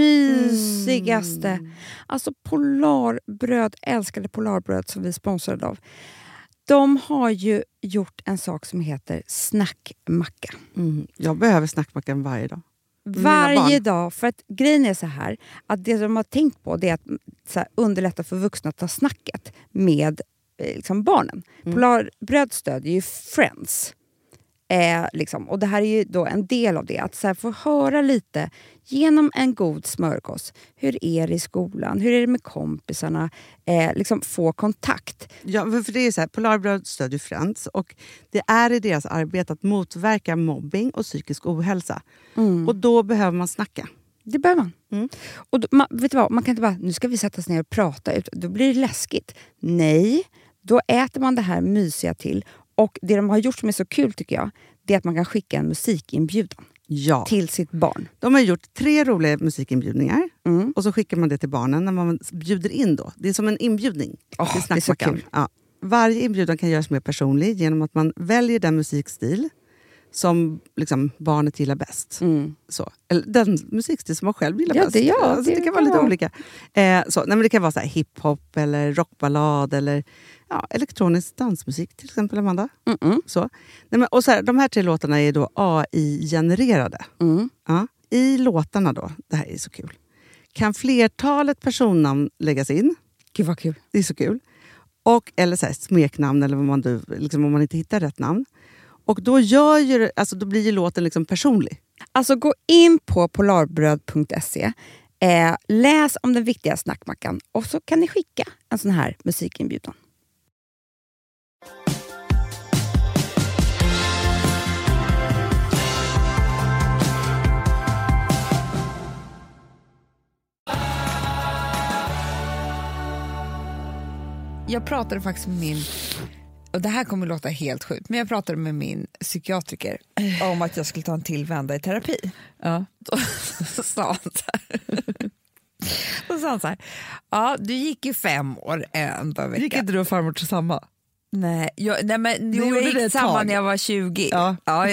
mysigaste. Alltså Polarbröd, älskade Polarbröd som vi sponsrade av. De har ju gjort en sak som heter snackmacka. Jag behöver snackmackan varje dag. Varje dag, för att grejen är så här att det de har tänkt på det är att så här, underlätta för vuxna att ta snacket med liksom, barnen. Polarbröd stödjer ju Friends. Liksom. Och det här är ju då en del av det. Att så här, få höra lite genom en god smörgås. Hur är det i skolan? Hur är det med kompisarna? Liksom få kontakt. Ja, för det är så här, Polarbröd stödjer Friends och det är i deras arbete att motverka mobbing och psykisk ohälsa. Och då behöver man snacka. Det behöver man. Och då, vet du vad? Man kan inte bara, nu ska vi sätta oss ner och prata ut. Då blir det läskigt. Nej, då äter man det här mysiga till. Och det de har gjort som är så kul tycker jag, det är att man kan skicka en musikinbjudan till sitt barn. De har gjort 3 roliga musikinbjudningar och så skickar man det till barnen när man bjuder in då. Det är som en inbjudning. Det är så kul. Ja. Varje inbjudan kan göras mer personlig genom att man väljer den musikstil som liksom barnet gillar bäst. Så. Eller den musikstil som man själv gillar bäst. Det kan vara lite olika. Det kan vara så här hiphop eller rockballad eller elektronisk dansmusik till exempel, Amanda. Så. Och så här, de här 3 låtarna är då AI-genererade. Ja. I låtarna då, det här är så kul, kan flertalet personnamn läggas in. Gud vad kul. Det är så kul. Eller så här, smeknamn eller vad man, liksom, om man inte hittar rätt namn. Och då, då blir ju låten liksom personlig. Alltså gå in på polarbröd.se, läs om den viktiga snackmackan och så kan ni skicka en sån här musikinbjudan. Jag pratade faktiskt med min, och det här kommer att låta helt sjukt, men jag pratade med min psykiatriker om att jag skulle ta en till vända i terapi. Ja. Då sa han så här, ja, du gick ju 5 år en dag vecka. Gick inte du och farmor till samma? Nej, men gjorde jag det gick ett samma tag. när jag var 20. Ja. Ja.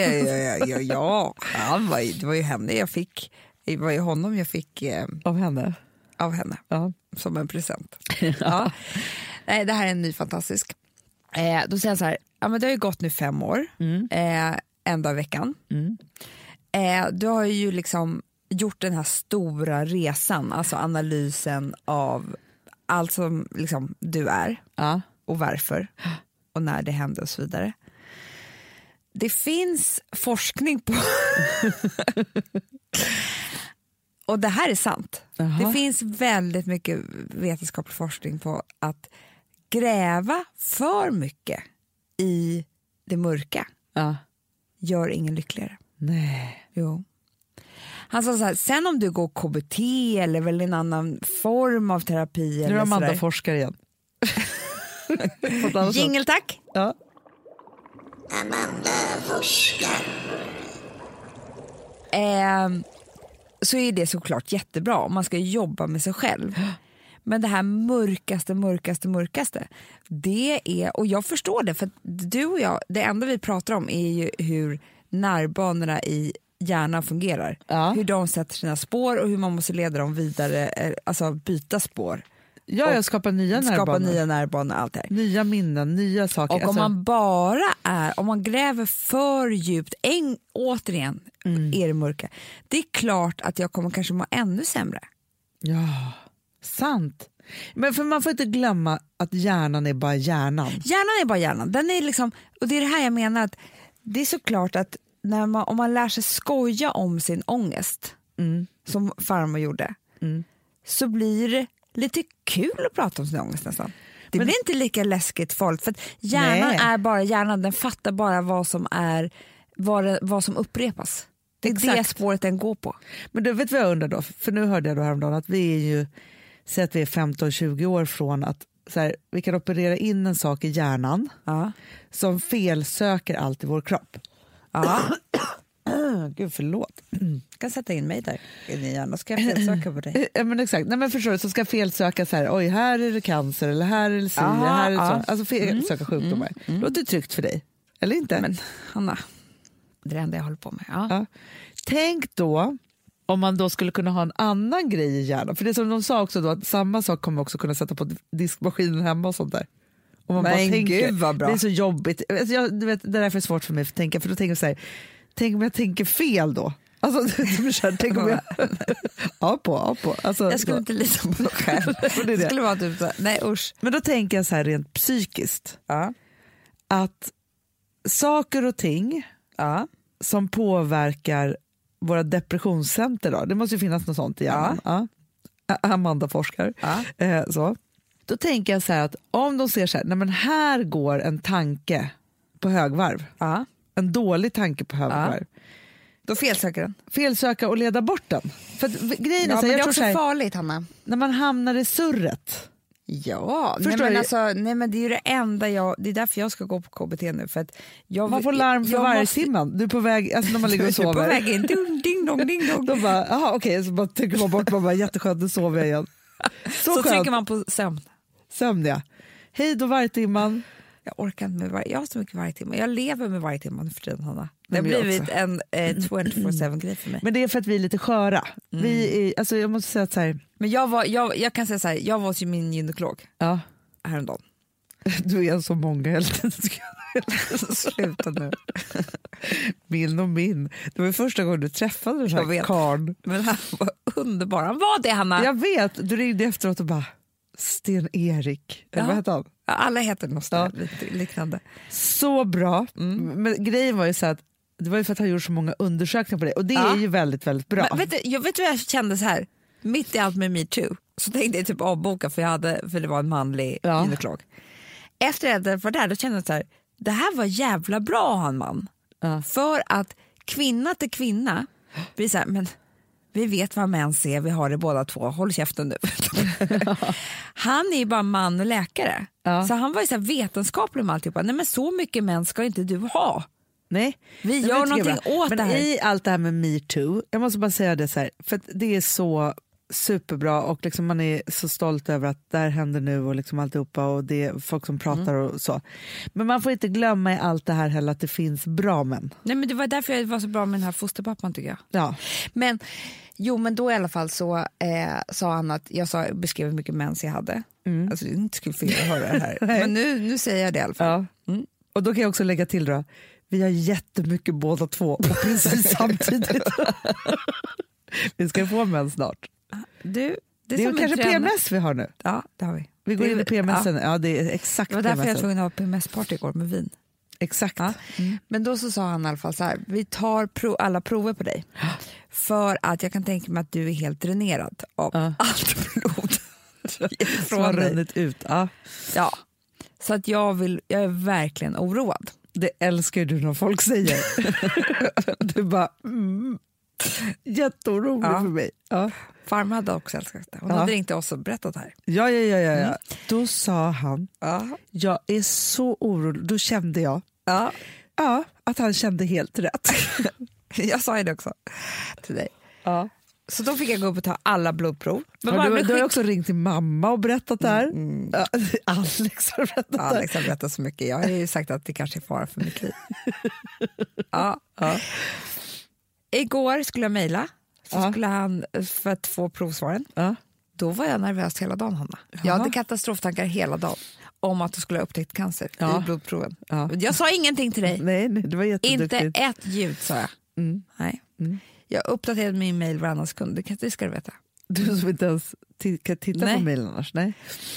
Det var ju henne jag fick. Det var ju honom jag fick Av henne? av henne. Ja. Som en present. Ja. Nej, det här är en ny fantastisk. Då säger jag så här, ja, men det har ju gått nu 5 år. En dag i veckan. Du har ju liksom gjort den här stora resan, alltså analysen av allt som liksom du är och varför och när det hände och så vidare. Det finns forskning på och det här är sant. Det finns väldigt mycket vetenskaplig forskning på att gräva för mycket i det mörka gör ingen lyckligare. Nej. Jo. Han sa så här, sen om du går KBT eller väl en annan form av terapi. Nu är eller Amanda sådär. forskar igen. Jingle tack. Ja. Så är det såklart jättebra om man ska jobba med sig själv. Men det här mörkaste, det är, och jag förstår det, för du och jag, det enda vi pratar om är ju hur nervbanorna i hjärnan fungerar. Hur de sätter sina spår och hur man måste leda dem vidare, alltså byta spår. Ja, jag skapar nya nervbanor, allt det här. Nya minnen, nya saker. Och om man gräver för djupt, återigen är det mörka. Det är klart att jag kommer kanske må ännu sämre. Ja, sant. Men för man får inte glömma att hjärnan är bara hjärnan. Hjärnan är bara hjärnan. Den är liksom, och det är det här jag menar, att det är såklart att om man lär sig skoja om sin ångest, som farmor gjorde, så blir det lite kul att prata om sin ångest nästan. Det blir inte lika läskigt farligt, för att hjärnan är bara hjärnan, den fattar bara vad som upprepas. Det är det spåret den går på. Men du vet vad jag undrar då, för nu hörde jag då häromdagen att vi är ju, säg att vi är 15-20 år från att så här, vi kan operera in en sak i hjärnan som felsöker allt i vår kropp. Gud, förlåt. Jag kan sätta in mig där i din hjärna, ska jag felsöka på dig. Ja, men exakt. Nej, men förstår du, så ska felsöka så här, oj, här är det cancer eller här är det SIA, här är det så. Alltså felsöka sjukdomar. Låter det tryggt för dig? Eller inte? Men Hanna, det är det enda jag håller på med. Ja. Tänk då om man då skulle kunna ha en annan grej i hjärnan. För det som de sa också då, att samma sak kommer också kunna sätta på diskmaskinen hemma och sånt där. Om man bara tänker, gud vad bra. det är så jobbigt. Alltså du vet, det är därför svårt för mig att tänka, för då tänker jag så här, tänk om jag tänker fel då? Alltså, tänk om jag... på. Alltså, jag skulle inte lita på mig själv. Det skulle vara typ så, nej usch. Men då tänker jag så här rent psykiskt. Att saker och ting som påverkar våra depressionscenter då, det måste ju finnas något sånt i hjärnan. Amanda forskar. Så. Då tänker jag så här att om de ser så här, nej men här går en tanke på högvarv. En dålig tanke på högvarv. Då felsöker den. Felsöka och leda bort den. För att, grejen är så här, men det jag är tror också så här, farligt, Hanna. när man hamnar i surret. Ja, nej men det är ju det enda det är därför jag ska gå på KBT nu, för att man får larm för varje timman. Du är på väg, alltså när man ligger och sover. Du är på väg in, ding dong. Då bara, jaha okej, så bara trycker man bort, man bara jätteskönt, nu sover jag igen. Så trycker man på sömn. Sömn, ja. Hej då varje timman. Jag orkar inte med jag har så mycket varje timme. Jag lever med varje timme för tiden, Hanna. Det har blivit en 24/7-grej för mig. Men det är för att vi är lite sköra. Alltså jag måste säga att så här... Men jag kan säga så här, jag var hos min gynekolog häromdagen. Du är så många hela tiden. Sluta nu. Min och min. Det var första gången du träffade den här karln. Men han var underbar. Han var det, Hanna. Jag vet, du ringde efteråt och bara Sten-Erik. Vad heter han? Alla heter något liknande. Så bra. Men grejen var ju så att det var ju för att han gjort så många undersökningar på det. Och det är ju väldigt, väldigt bra. Men vet du vad jag kände så här? Mitt i allt med MeToo så tänkte jag typ avboka för det var en manlig gynekolog. Efter att jag var där, då kände jag så här, det här var jävla bra att ha en man. För att kvinna till kvinna blir så här, men vi vet vad män ser, vi har det båda två, håll käften nu. Han är ju bara man och läkare. Så han var ju så här vetenskaplig med alltihopa. Nej men så mycket män ska inte du ha. Nej, vi gör någonting åt det här. Men i allt det här med MeToo, jag måste bara säga det så här, för att det är så superbra och liksom man är så stolt över att där händer nu och liksom alltihopa och det är folk som pratar och så. Men man får inte glömma i allt det här heller att det finns bra män. Nej, men det var därför jag var så bra med den här fosterpappan tycker jag. Ja. Men då i alla fall så sa han att jag beskrev hur mycket mens jag hade. Alltså det är inte skulle få höra det här. Men nu säger jag det i alla fall. Ja. Och då kan jag också lägga till då, vi har jättemycket båda två och precis samtidigt. Vi ska få mens snart. Det är kanske PMS vi har nu. Ja, det har vi. Vi går in i PMS. Ja, det är exakt. Det var därför jag var tvungen att ha PMS-party igår med vin. Exakt. Ja. Men då så sa han i alla fall så här, vi tar alla prover på dig. För att jag kan tänka mig att du är helt dränerad av allt blod. Som har runnit ut. Ja. Så att jag är verkligen oroad. Det älskar du när folk säger. Du bara, jätteorolig för mig. Ja. Farmor hade också älskat det. Hon hade ringt oss och berättat här. Ja. Då sa han, jag är så orolig. Då kände jag att han kände helt rätt. Jag sa ju det också till dig. Ja. Så då fick jag gå upp och ta alla blodprov. Men du har också ringt till mamma och berättat det här. Alex har berättat det. Alex har berättat så mycket. Jag har ju sagt att det kanske är fara för mitt liv. Igår skulle jag mejla. Så skulle han för att få provsvaren. Då var jag nervös hela dagen, Hanna. Jag hade katastroftankar hela dagen om att du skulle ha upptäckt cancer i blodproven. Jag sa ingenting till dig. Nej, det var jätteduktigt. Inte ett ljud sa jag. Nej. Jag uppdaterade min mejl varannan sekund, det ska du veta. Du som inte ens kan titta på mejlen annars, nej.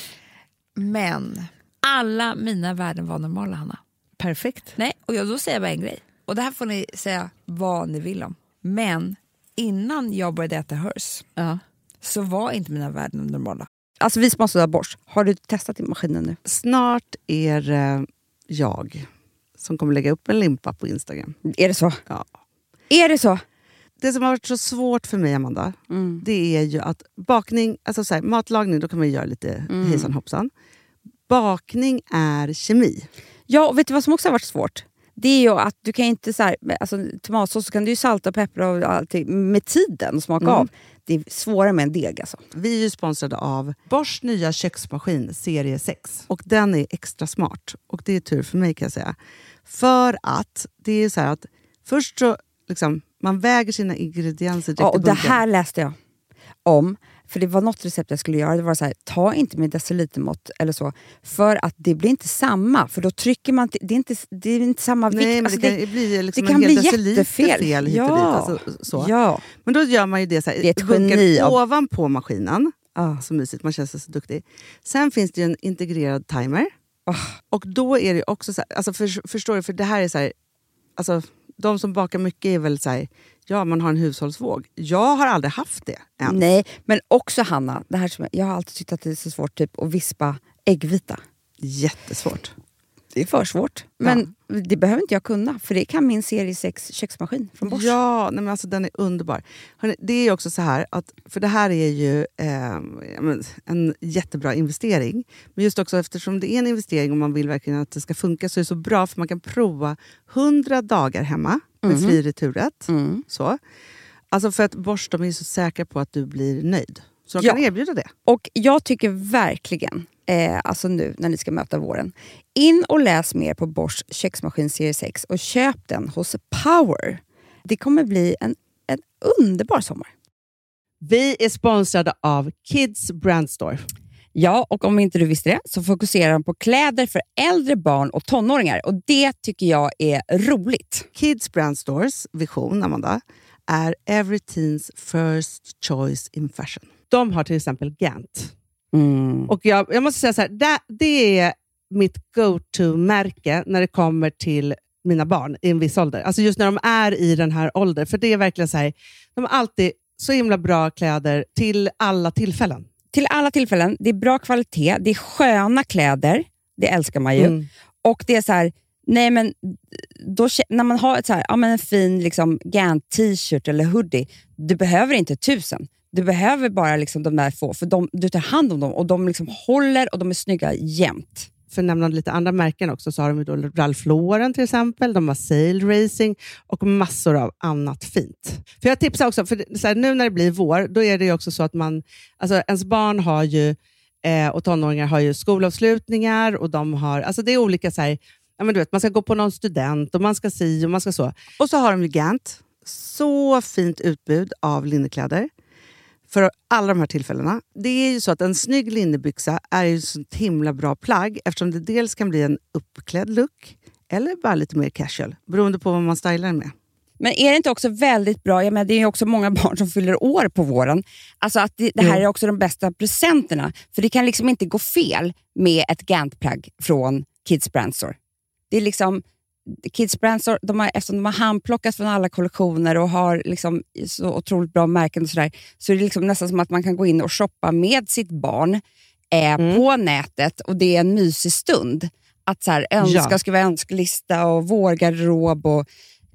Men alla mina värden var normala, Hanna. Perfekt. Nej, och då säger jag bara en grej. Och det här får ni säga vad ni vill om. Men innan jag började äta HERS så var inte mina värden normala. Alltså vi sponsrar Bosch. Har du testat i maskinen nu? Snart är jag som kommer lägga upp en limpa på Instagram. Är det så? Ja. Är det så? Det som har varit så svårt för mig, Amanda, det är ju att bakning, alltså så här, matlagning, då kan man göra lite hejsan hoppsan. Bakning är kemi. Ja, och vet du vad som också har varit svårt? Det är ju att du kan inte så här, alltså tomatsås så kan du ju salta och peppra och allting med tiden och smaka av. Det är svårare med en deg alltså. Vi är ju sponsrade av Bosch nya köksmaskin serie 6. Och den är extra smart. Och det är tur för mig kan jag säga. För att det är så här att först så liksom, man väger sina ingredienser direkt i och bunken. det här läste jag om. För det var något recept jag skulle göra. Det var så här, ta inte med decilitermått eller så. För att det blir inte samma. För då trycker man... Det är inte samma vikt. Nej, men alltså det kan bli liksom det kan en hel bli deciliter jättefel. Fel hit och dit. Alltså, så. Ja. Men då gör man ju det så här. Det är ett geni av... ovanpå maskinen. Så mysigt, man känns så duktig. Sen finns det ju en integrerad timer. Och då är det också så här... Alltså förstår du? För det här är så här... Alltså, de som bakar mycket är väl så här... Ja, man har en hushållsvåg. Jag har aldrig haft det än. Nej, men också Hanna, det här som jag har alltid tyckt att det är så svårt typ att vispa äggvita. Jättesvårt. Det är för svårt. Men det behöver inte jag kunna, för det kan min serie 6 köksmaskin från Bosch. Ja, nej men alltså den är underbar. Hörrni, det är också så här, att, för det här är ju en jättebra investering. Men just också eftersom det är en investering och man vill verkligen att det ska funka så är det så bra för man kan prova 100 dagar hemma med fri returrätt. Så. Alltså för att Bosch, de är så säkra på att du blir nöjd. Så de kan erbjuda det. Och jag tycker verkligen, alltså nu när ni ska möta våren, in och läs mer på Bosch köksmaskin serie 6 och köp den hos Power. Det kommer bli en underbar sommar. Vi är sponsrade av Kids Brand Store. Ja, och om inte du visste det så fokuserar de på kläder för äldre barn och tonåringar. Och det tycker jag är roligt. Kids Brand Stores vision, Amanda, är every teens first choice in fashion. De har till exempel Gant. Och jag måste säga så här, det är mitt go-to-märke när det kommer till mina barn i en viss ålder. Alltså just när de är i den här åldern. För det är verkligen så här, de har alltid så himla bra kläder till alla tillfällen. Till alla tillfällen. Det är bra kvalitet. Det är sköna kläder. Det älskar man ju. Och det är så här, nej men då, när man har ett så här, ja, men en fin liksom, Gant t-shirt eller hoodie, du behöver inte 1000. Du behöver bara liksom de där få, för du tar hand om dem och de liksom håller och de är snygga jämt. för att nämna lite andra märken också, så har de ju då Ralph Lauren till exempel, de har Sail Racing och massor av annat fint. För jag tipsar också, för så här, nu när det blir vår, då är det ju också så att ens barn har ju, och tonåringar har ju skolavslutningar och de har, alltså det är olika så här, ja, men du vet, man ska gå på någon student och man ska och man ska så. Och så har de ju Gant, så fint utbud av linnekläder för alla de här tillfällena. Det är ju så att en snygg linnebyxa är ju så himla bra plagg, eftersom det dels kan bli en uppklädd look eller bara lite mer casual, beroende på vad man stylar den med. Men är det inte också väldigt bra, jag menar, det är ju också många barn som fyller år på våren, alltså att det här är också de bästa presenterna, för det kan liksom inte gå fel med ett Gant-plagg från Kids Brand Store. Det är liksom Kids Brand Store, eftersom de har handplockat från alla kollektioner och har liksom så otroligt bra märken och sådär, så är det liksom nästan som att man kan gå in och shoppa med sitt barn på nätet, och det är en mysig stund att så här, skriva önskelista och vårgarderob och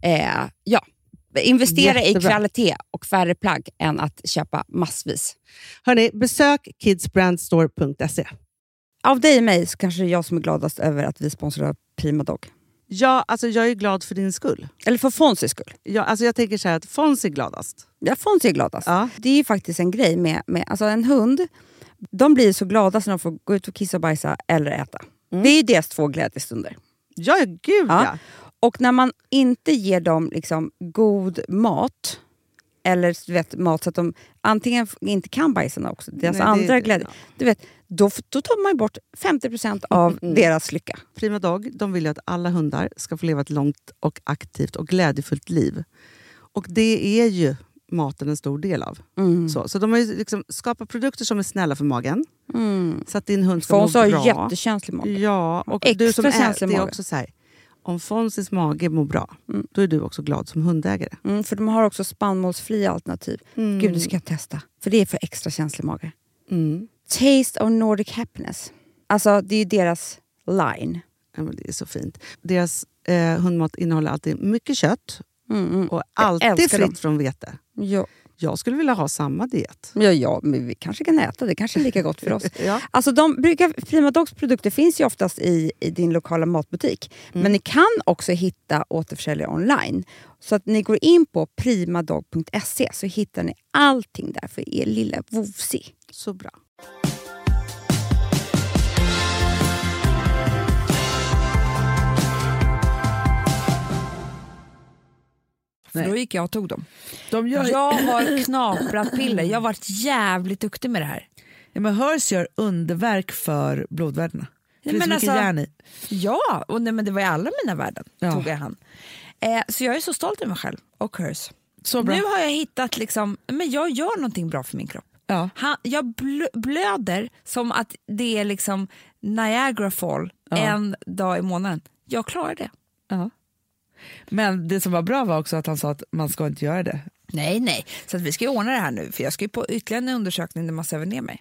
investera i kvalitet och färre plagg än att köpa massvis. Hörrni, besök kidsbrandstore.se. Av dig och mig så kanske det är jag som är gladast över att vi sponsrar Prima Dog. Ja, alltså jag är glad för din skull. Eller för Fonzys skull. Ja, alltså jag tänker så här att Fonzie är gladast. Ja, Fonzie är gladast. Ja. Det är ju faktiskt en grej med alltså en hund. De blir så glada när de får gå ut och kissa och bajsa eller äta. Det är ju deras 2 glädjestunder. Ja, gud ja. Och när man inte ger dem liksom god mat, eller du vet, mat så att de antingen inte kan bajsa också, deras andra glädje, du vet, då tar man bort 50% av deras lycka. Prima Dog, de vill ju att alla hundar ska få leva ett långt och aktivt och glädjefullt liv. Och det är ju maten en stor del av. Så de har ju liksom skapat produkter som är snälla för magen. Så att din hund ska må bra. Fons har jättekänslig mage. Ja, och extra du som känslig det är mage. också så här, om Fonzis mage mår bra, då är du också glad som hundägare. För de har också spannmålsfria alternativ. Gud, du ska testa. För det är för extra känslig mage. Taste of Nordic Happiness. Alltså, det är ju deras line. Ja, men det är så fint. Deras hundmat innehåller alltid mycket kött. Och alltid fritt från vete. Ja. Jag skulle vilja ha samma diet. Ja, men vi kanske kan äta. Det kanske är lika gott för oss. Alltså Prima Dogs produkter finns ju oftast i din lokala matbutik. Men ni kan också hitta återförsäljare online. Så att ni går in på primadog.se så hittar ni allting där för er lilla vovsi. Så bra. För då gick jag och tog dem. Jag har knaprat piller. Jag har varit jävligt duktig med det här. Ja, men Hers gör underverk för blodvärdena. Det finns mycket järn i. Ja, och men det var i alla mina värden. Tog jag han. Så jag är så stolt över mig själv och Hers. Så bra. Nu har jag hittat liksom, men jag gör någonting bra för min kropp. Ja. Jag blöder som att det är liksom Niagara Fall en dag i månaden. Jag klarar det. Ja. Men det som var bra var också att han sa att man ska inte göra det. Nej. Så att vi ska ju ordna det här nu. För jag ska ju på ytterligare en undersökning där man söver ner mig.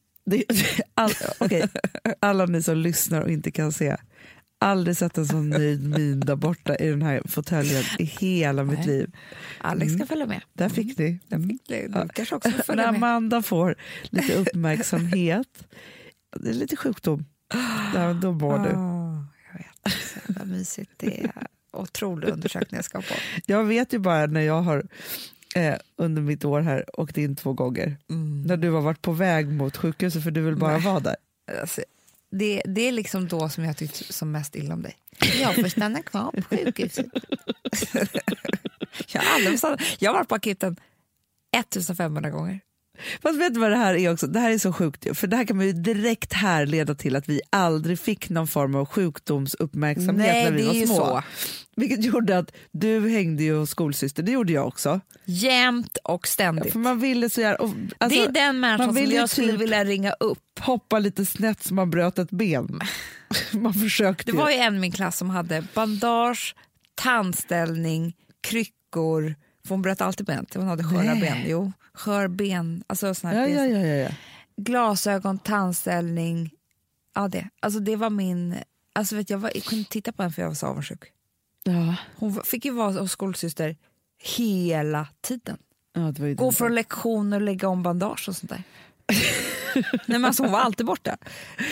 Okej. Alla ni som lyssnar och inte kan se. Aldrig sett en sån nöjd min där borta i den här fåtöljen i hela mitt liv. Alex ska följa med. Där fick ni. Du kanske också får följa när med. Amanda får lite uppmärksamhet. Det är lite sjukdom. Då mår du. Jag vet. Vad mysigt det är. Otrolig undersökning jag ska på. Jag vet ju bara när jag har under mitt år här åkt in 2 gånger. När du har varit på väg mot sjukhuset för du vill bara vara där. Alltså, det är liksom då som jag tyckte som mest illa om dig. Jag får stanna kvar på sjukhuset. Jag har varit på akuten 1500 gånger. Fast vet du vad det här är också? Det här är så sjukt. För det här kan man ju direkt här leda till att vi aldrig fick någon form av sjukdomsuppmärksamhet när vi var små. Så. Vilket gjorde att du hängde ju hos skolsyster. Det gjorde jag också. Jämt och ständigt. Ja, för man ville så alltså, det är den människan som jag skulle vilja ringa upp. Hoppa lite snett som man bröt ett ben. Man försökte. Det var ju en i min klass som hade bandage, tandställning, kryckor. För hon bröt alltid ben. Hon hade sköra ben. Jo, skörben. Alltså sån här ja. Glasögon, tandställning. Ja, det. Alltså det var min... Alltså vet jag kunde titta på henne för jag var så avundsjuk. Ja. Hon fick ju vara hos skolsyster hela tiden. Ja, det var ju gå från lektioner och lägga om bandage och sånt där. Nej, men alltså, hon var alltid borta.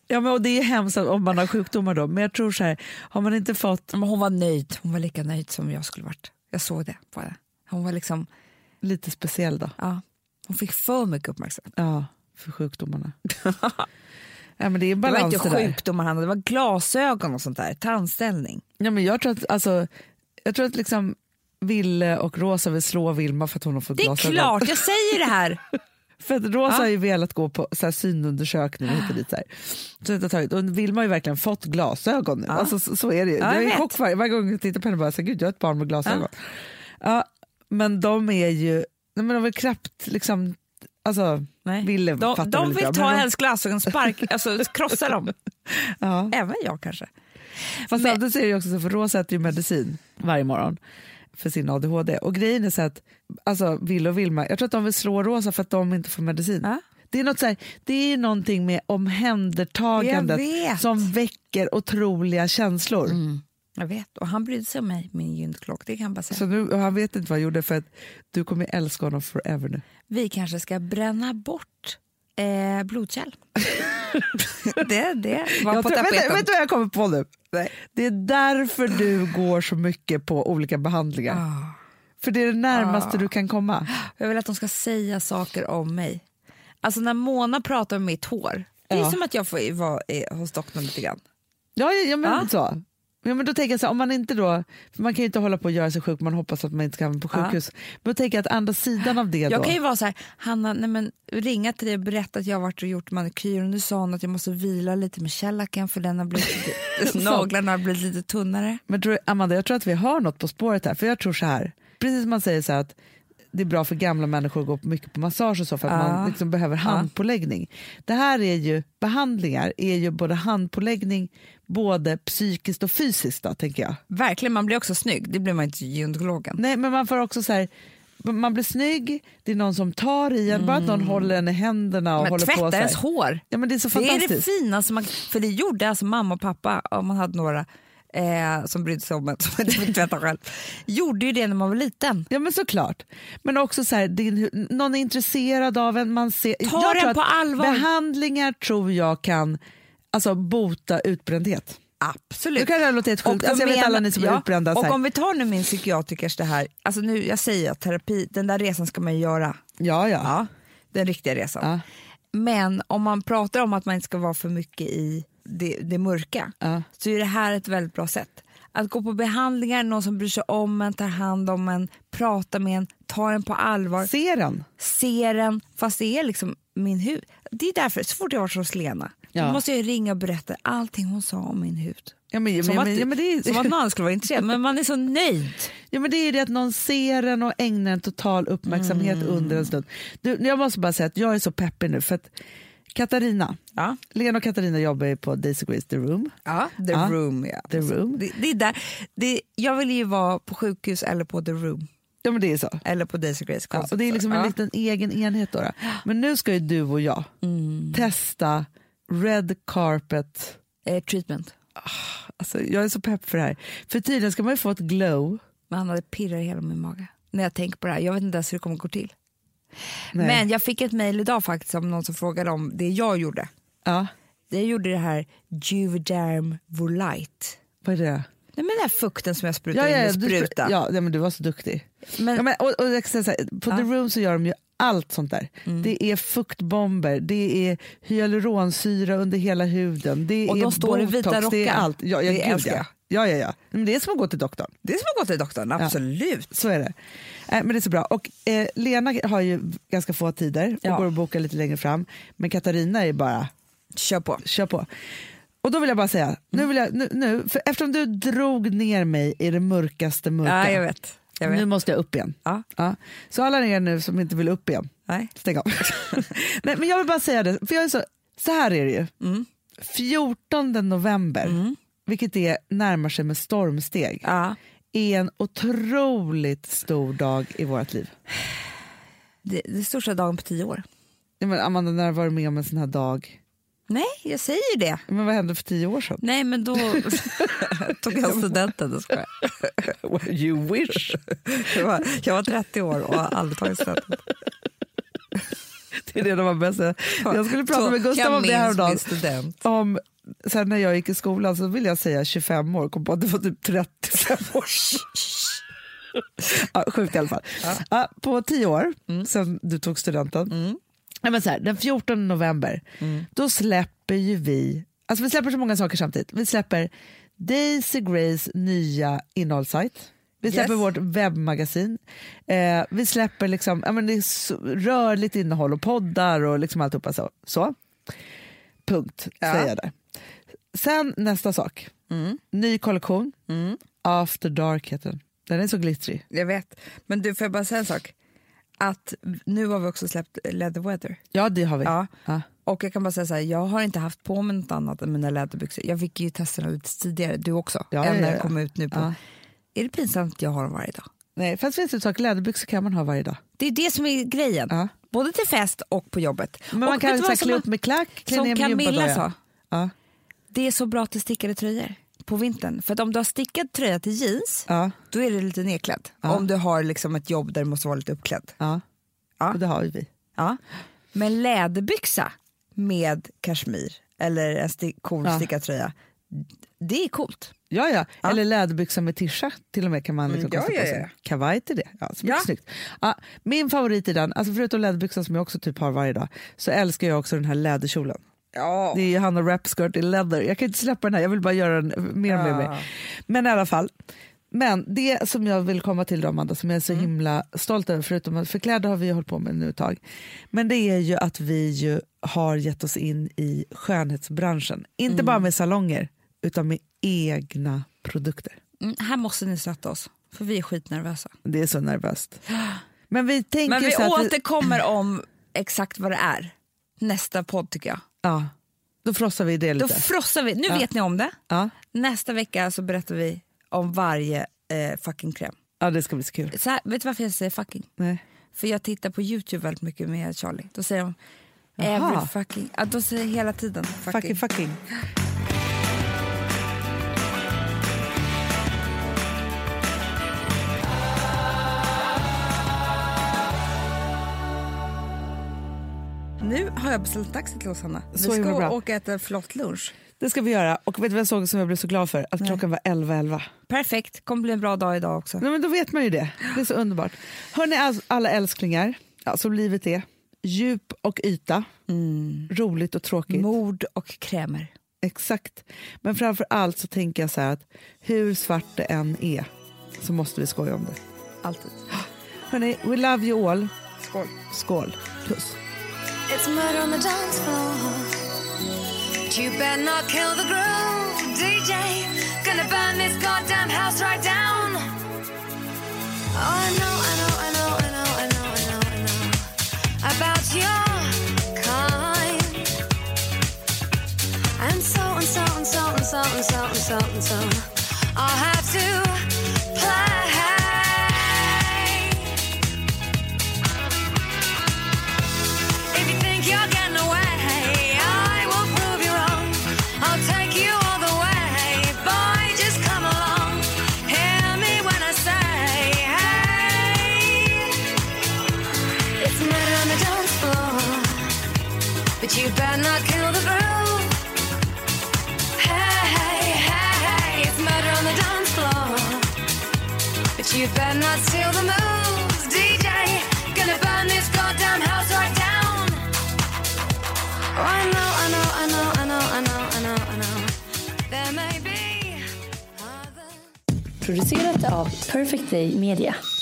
Ja, men och det är hemskt om man har sjukdomar då. Men jag tror så här, har man inte fått... Men hon var nöjd. Hon var lika nöjd som jag skulle varit. Jag såg det på henne. Hon var liksom... Lite speciell då. Ja. Hon fick för mycket uppmärksamhet. Ja, för sjukdomarna. Ja, men det är balans. Det var inte sjukdomar, det var glasögon och sånt där. Tandställning. Ja, men jag tror att liksom Ville och Rosa vill slå Vilma för att hon har fått glasögon. Det är klart, jag säger det här. För att Rosa har ju velat gå på så här synundersökning och hit så här. Så det har tagit. Och Vilma har ju verkligen fått glasögon nu. Alltså, så är det ju. Jag är chock varje gång jag tittar på henne och bara, gud, jag är ett barn med glasögon. Ja, men de är ju, men de är knappt liksom, alltså, Ville fattar de vill ta hennes glasögon, alltså krossa dem. Ja. Även jag kanske. Fast samtidigt så är det ju också så, för Rosa äter ju medicin varje morgon för sin ADHD. Och grejen är så att alltså, Ville och Vilma, jag tror att de vill slå Rosa för att de inte får medicin. Ja. Det är något så här, det är någonting med omhändertagandet som väcker otroliga känslor. Jag vet, och han brydde sig om mig, min gynekolog, det kan jag bara säga. Så nu, och han vet inte vad han gjorde, för att du kommer älska honom forever nu. Vi kanske ska bränna bort blodkärl. det var på tapeten. Vet du vad jag kommer på nu? Nej. Det är därför du går så mycket på olika behandlingar. För det är det närmaste du kan komma. Jag vill att de ska säga saker om mig. Alltså när Mona pratar om mitt hår, det är som att jag får vara hos doktorn lite grann. Ja, men så. Ja, men då tänker jag så här, om man inte då, för man kan ju inte hålla på att göra sig sjuk, man hoppas att man inte ska hamna på sjukhus. Men då tänker jag att andra sidan av det jag då. kan ju vara så här, Hanna, ringa till dig och berätta att jag har varit och gjort manikyr och nu sa hon att jag måste vila lite med shellacken för den har blivit, naglarna har blivit lite tunnare. Men Amanda, jag tror att vi har något på spåret här, för jag tror så här, precis som man säger så här att det är bra för gamla människor att gå mycket på massage och så för att man liksom behöver handpåläggning. Det här är ju, behandlingar är ju både handpåläggning, både psykiskt och fysiskt då, tänker jag. Verkligen, man blir också snygg, det blir man inte gynekologen. Nej, men man får också så här, man blir snygg, det är någon som tar i en, bara att någon håller en i händerna och men håller på. Tvätta ens hår. Ja, men det är så fantastiskt. Det är det finaste man, för det gjorde alltså mamma och pappa, om man hade några som brydde sig om att man inte tvätta själv, gjorde ju det när man var liten. Ja, men såklart. Men också så här, någon är intresserad av en, man ser. Ta den på allvar. Behandlingar tror jag kan alltså bota utbrändhet. Absolut. Du kan det låta helt sjukt. Alltså, jag vet alla ni som är utbrända. Och om vi tar nu min psykiatrikers det här, alltså nu jag säger att terapi, den där resan ska man ju göra. Ja. Den riktiga resan. Ja. Men om man pratar om att man inte ska vara för mycket i det mörka, så är det här ett väldigt bra sätt. Att gå på behandlingar, någon som bryr sig om en, tar hand om en, pratar med en, tar en på allvar. Ser den, fast det är liksom min hud. Det är därför, så fort jag var hos Lena, då måste jag ringa och berätta allting hon sa om min hud. Som att man skulle vara intresserad, men man är så nöjd. Ja, men det är det att någon ser den och ägnar en total uppmärksamhet under en stund. Jag måste bara säga att jag är så peppig nu, för att Katarina, Lena och Katarina jobbar ju på Daisy Grace The Room. Ja, The Room. The Room. Det är där. Jag vill ju vara på sjukhus eller på The Room. Ja, men det är så. Eller på Daisy Grace. Ja, och det är liksom en liten egen enhet då. Men nu ska ju du och jag testa red carpet treatment. Alltså, jag är så pepp för det här. För tydligen ska man ju få ett glow. Men han hade pirrar i hela min mage när jag tänker på det här. Jag vet inte ens hur det kommer gå till. Nej. Men jag fick ett mejl idag faktiskt om någon som frågade om det jag gjorde. Ja. Jag gjorde det här Juvederm Volite. Vad är det? Nej, men den här fukten som jag sprutar in i spruta. Ja, men du var så duktig. Och jag kan säga så här, på The Room så gör de ju allt sånt där. Det är fuktbomber, det är hyaluronsyra under hela huden, det och är de står i vita rockar. Det är allt. Ja. Men det är som att gå till doktorn. Det är som att gå till doktorn, absolut. Ja, så är det. Men det är så bra. Och Lena har ju ganska få tider och går och bokar lite längre fram. Men Katarina är bara kör på. Och då vill jag bara säga, nu för eftersom du drog ner mig i det mörkaste mörka. Ja, jag vet. Nu måste jag upp igen. Ja. Så alla er nu som inte vill upp igen, stäng av. Nej, men jag vill bara säga det, för jag är så här är det ju. 14 november, vilket är närmar sig med stormsteg, är en otroligt stor dag i vårt liv. Det är största dagen på 10 år. Ja, men Amanda, när var du med om en sån här dag? Nej, jag säger det. Men vad hände för 10 år sedan? Nej, men då tog jag studenten. Well, you wish. Jag var 30 år och har aldrig tagit studenten. Det är det de var bäst. Jag skulle prata med Gustav om det häromdagen. Om, sen när jag gick i skolan så ville jag säga 25 år. Kom på att det var typ 35 år. Ja, sjukt i alla fall. Ja, på 10 år sen du tog studenten. Ja, men så här, den 14 november då släpper ju vi släpper så många saker samtidigt. Vi släpper Daisy Grays nya innehållssajt. Vi släpper vårt webbmagasin. Vi släpper liksom, det är rörligt innehåll och poddar och liksom alltihopa så. Punkt, säger jag där. Sen nästa sak. Ny kollektion. After Dark heter den. Den är så glittrig. Jag vet. Men du, får jag bara säga en sak? Att nu har vi också släppt Leather Weather. Ja, det har vi. Ja. Och jag kan bara säga så här, jag har inte haft på mig något annat än mina läderbyxor. Jag fick ju testa dem lite tidigare, du också. När jag kom ut nu på. Är det pinsamt att jag har dem varje dag? Nej, fast finns det sak, läderbyxor kan man ha varje dag. Det är det som är grejen. Både till fest och på jobbet. Men man kan klä upp med klack, klä ner med Camilla sa. Det är så bra till stickade tröjor på vintern. För att om du har stickad tröja till jeans, då är det lite nedklädd. Om du har liksom ett jobb där du måste vara lite uppklädd. Och det har ju vi. Men läderbyxa med kashmir eller en cool stickad tröja, det är coolt. Ja. Eller läderbyxa med tisha till och med kan man liksom kosta på sig. Kavaj till det. Så mycket snyggt. Min favorit i den, förutom läderbyxan som jag också typ har varje dag, så älskar jag också den här läderkjolen. Det är ju Hanna Wrapskirt i leather. Jag kan inte släppa den här, jag vill bara göra den mer med mig. Men i alla fall. Men det som jag vill komma till då, Amanda, som jag är så himla stolt över, förutom att för kläder har vi hållit på med nu ett tag. Men det är ju att vi ju har gett oss in i skönhetsbranschen. Inte bara med salonger, utan med egna produkter. Här måste ni stötta oss, för vi är skitnervösa. Det är så nervöst. Men vi återkommer om exakt vad det är. Nästa podd tycker jag. Ja, då frossar vi det lite. Nu vet ni om det. Nästa vecka så berättar vi om varje fucking kräm. Ja, det ska bli så kul. Så här, vet du varför jag säger fucking? Nej. För jag tittar på YouTube väldigt mycket med Charlie. Då säger de every fucking. Då säger hela tiden fucking. Nu har jag beställt taxi till oss, Hanna. Vi ska åka och äta flott lunch. Det ska vi göra. Och vet du vad jag såg som jag blev så glad för? Att klockan var 11:11. Perfekt, kommer bli en bra dag idag också. Nej, men då vet man ju det. Det är så underbart. Hörrni, alla älsklingar, som livet är. Djup och yta. Roligt och tråkigt. Mord och krämer. Exakt. Men framför allt så tänker jag så här att hur svart det än är så måste vi skoja om det. Alltid. Hörni, we love you all. Skål. Skål. Puss. It's murder on the dance floor. You better not kill the groove, DJ. Gonna burn this goddamn house right down. Oh, I know about your kind. And so I'll have to play. You better not kill the groove. Hey, it's murder on the dance floor. But you better not steal the moves, DJ. Gonna burn this goddamn house right down. Oh, I know. There may be other... Producerat av Perfect Day Media.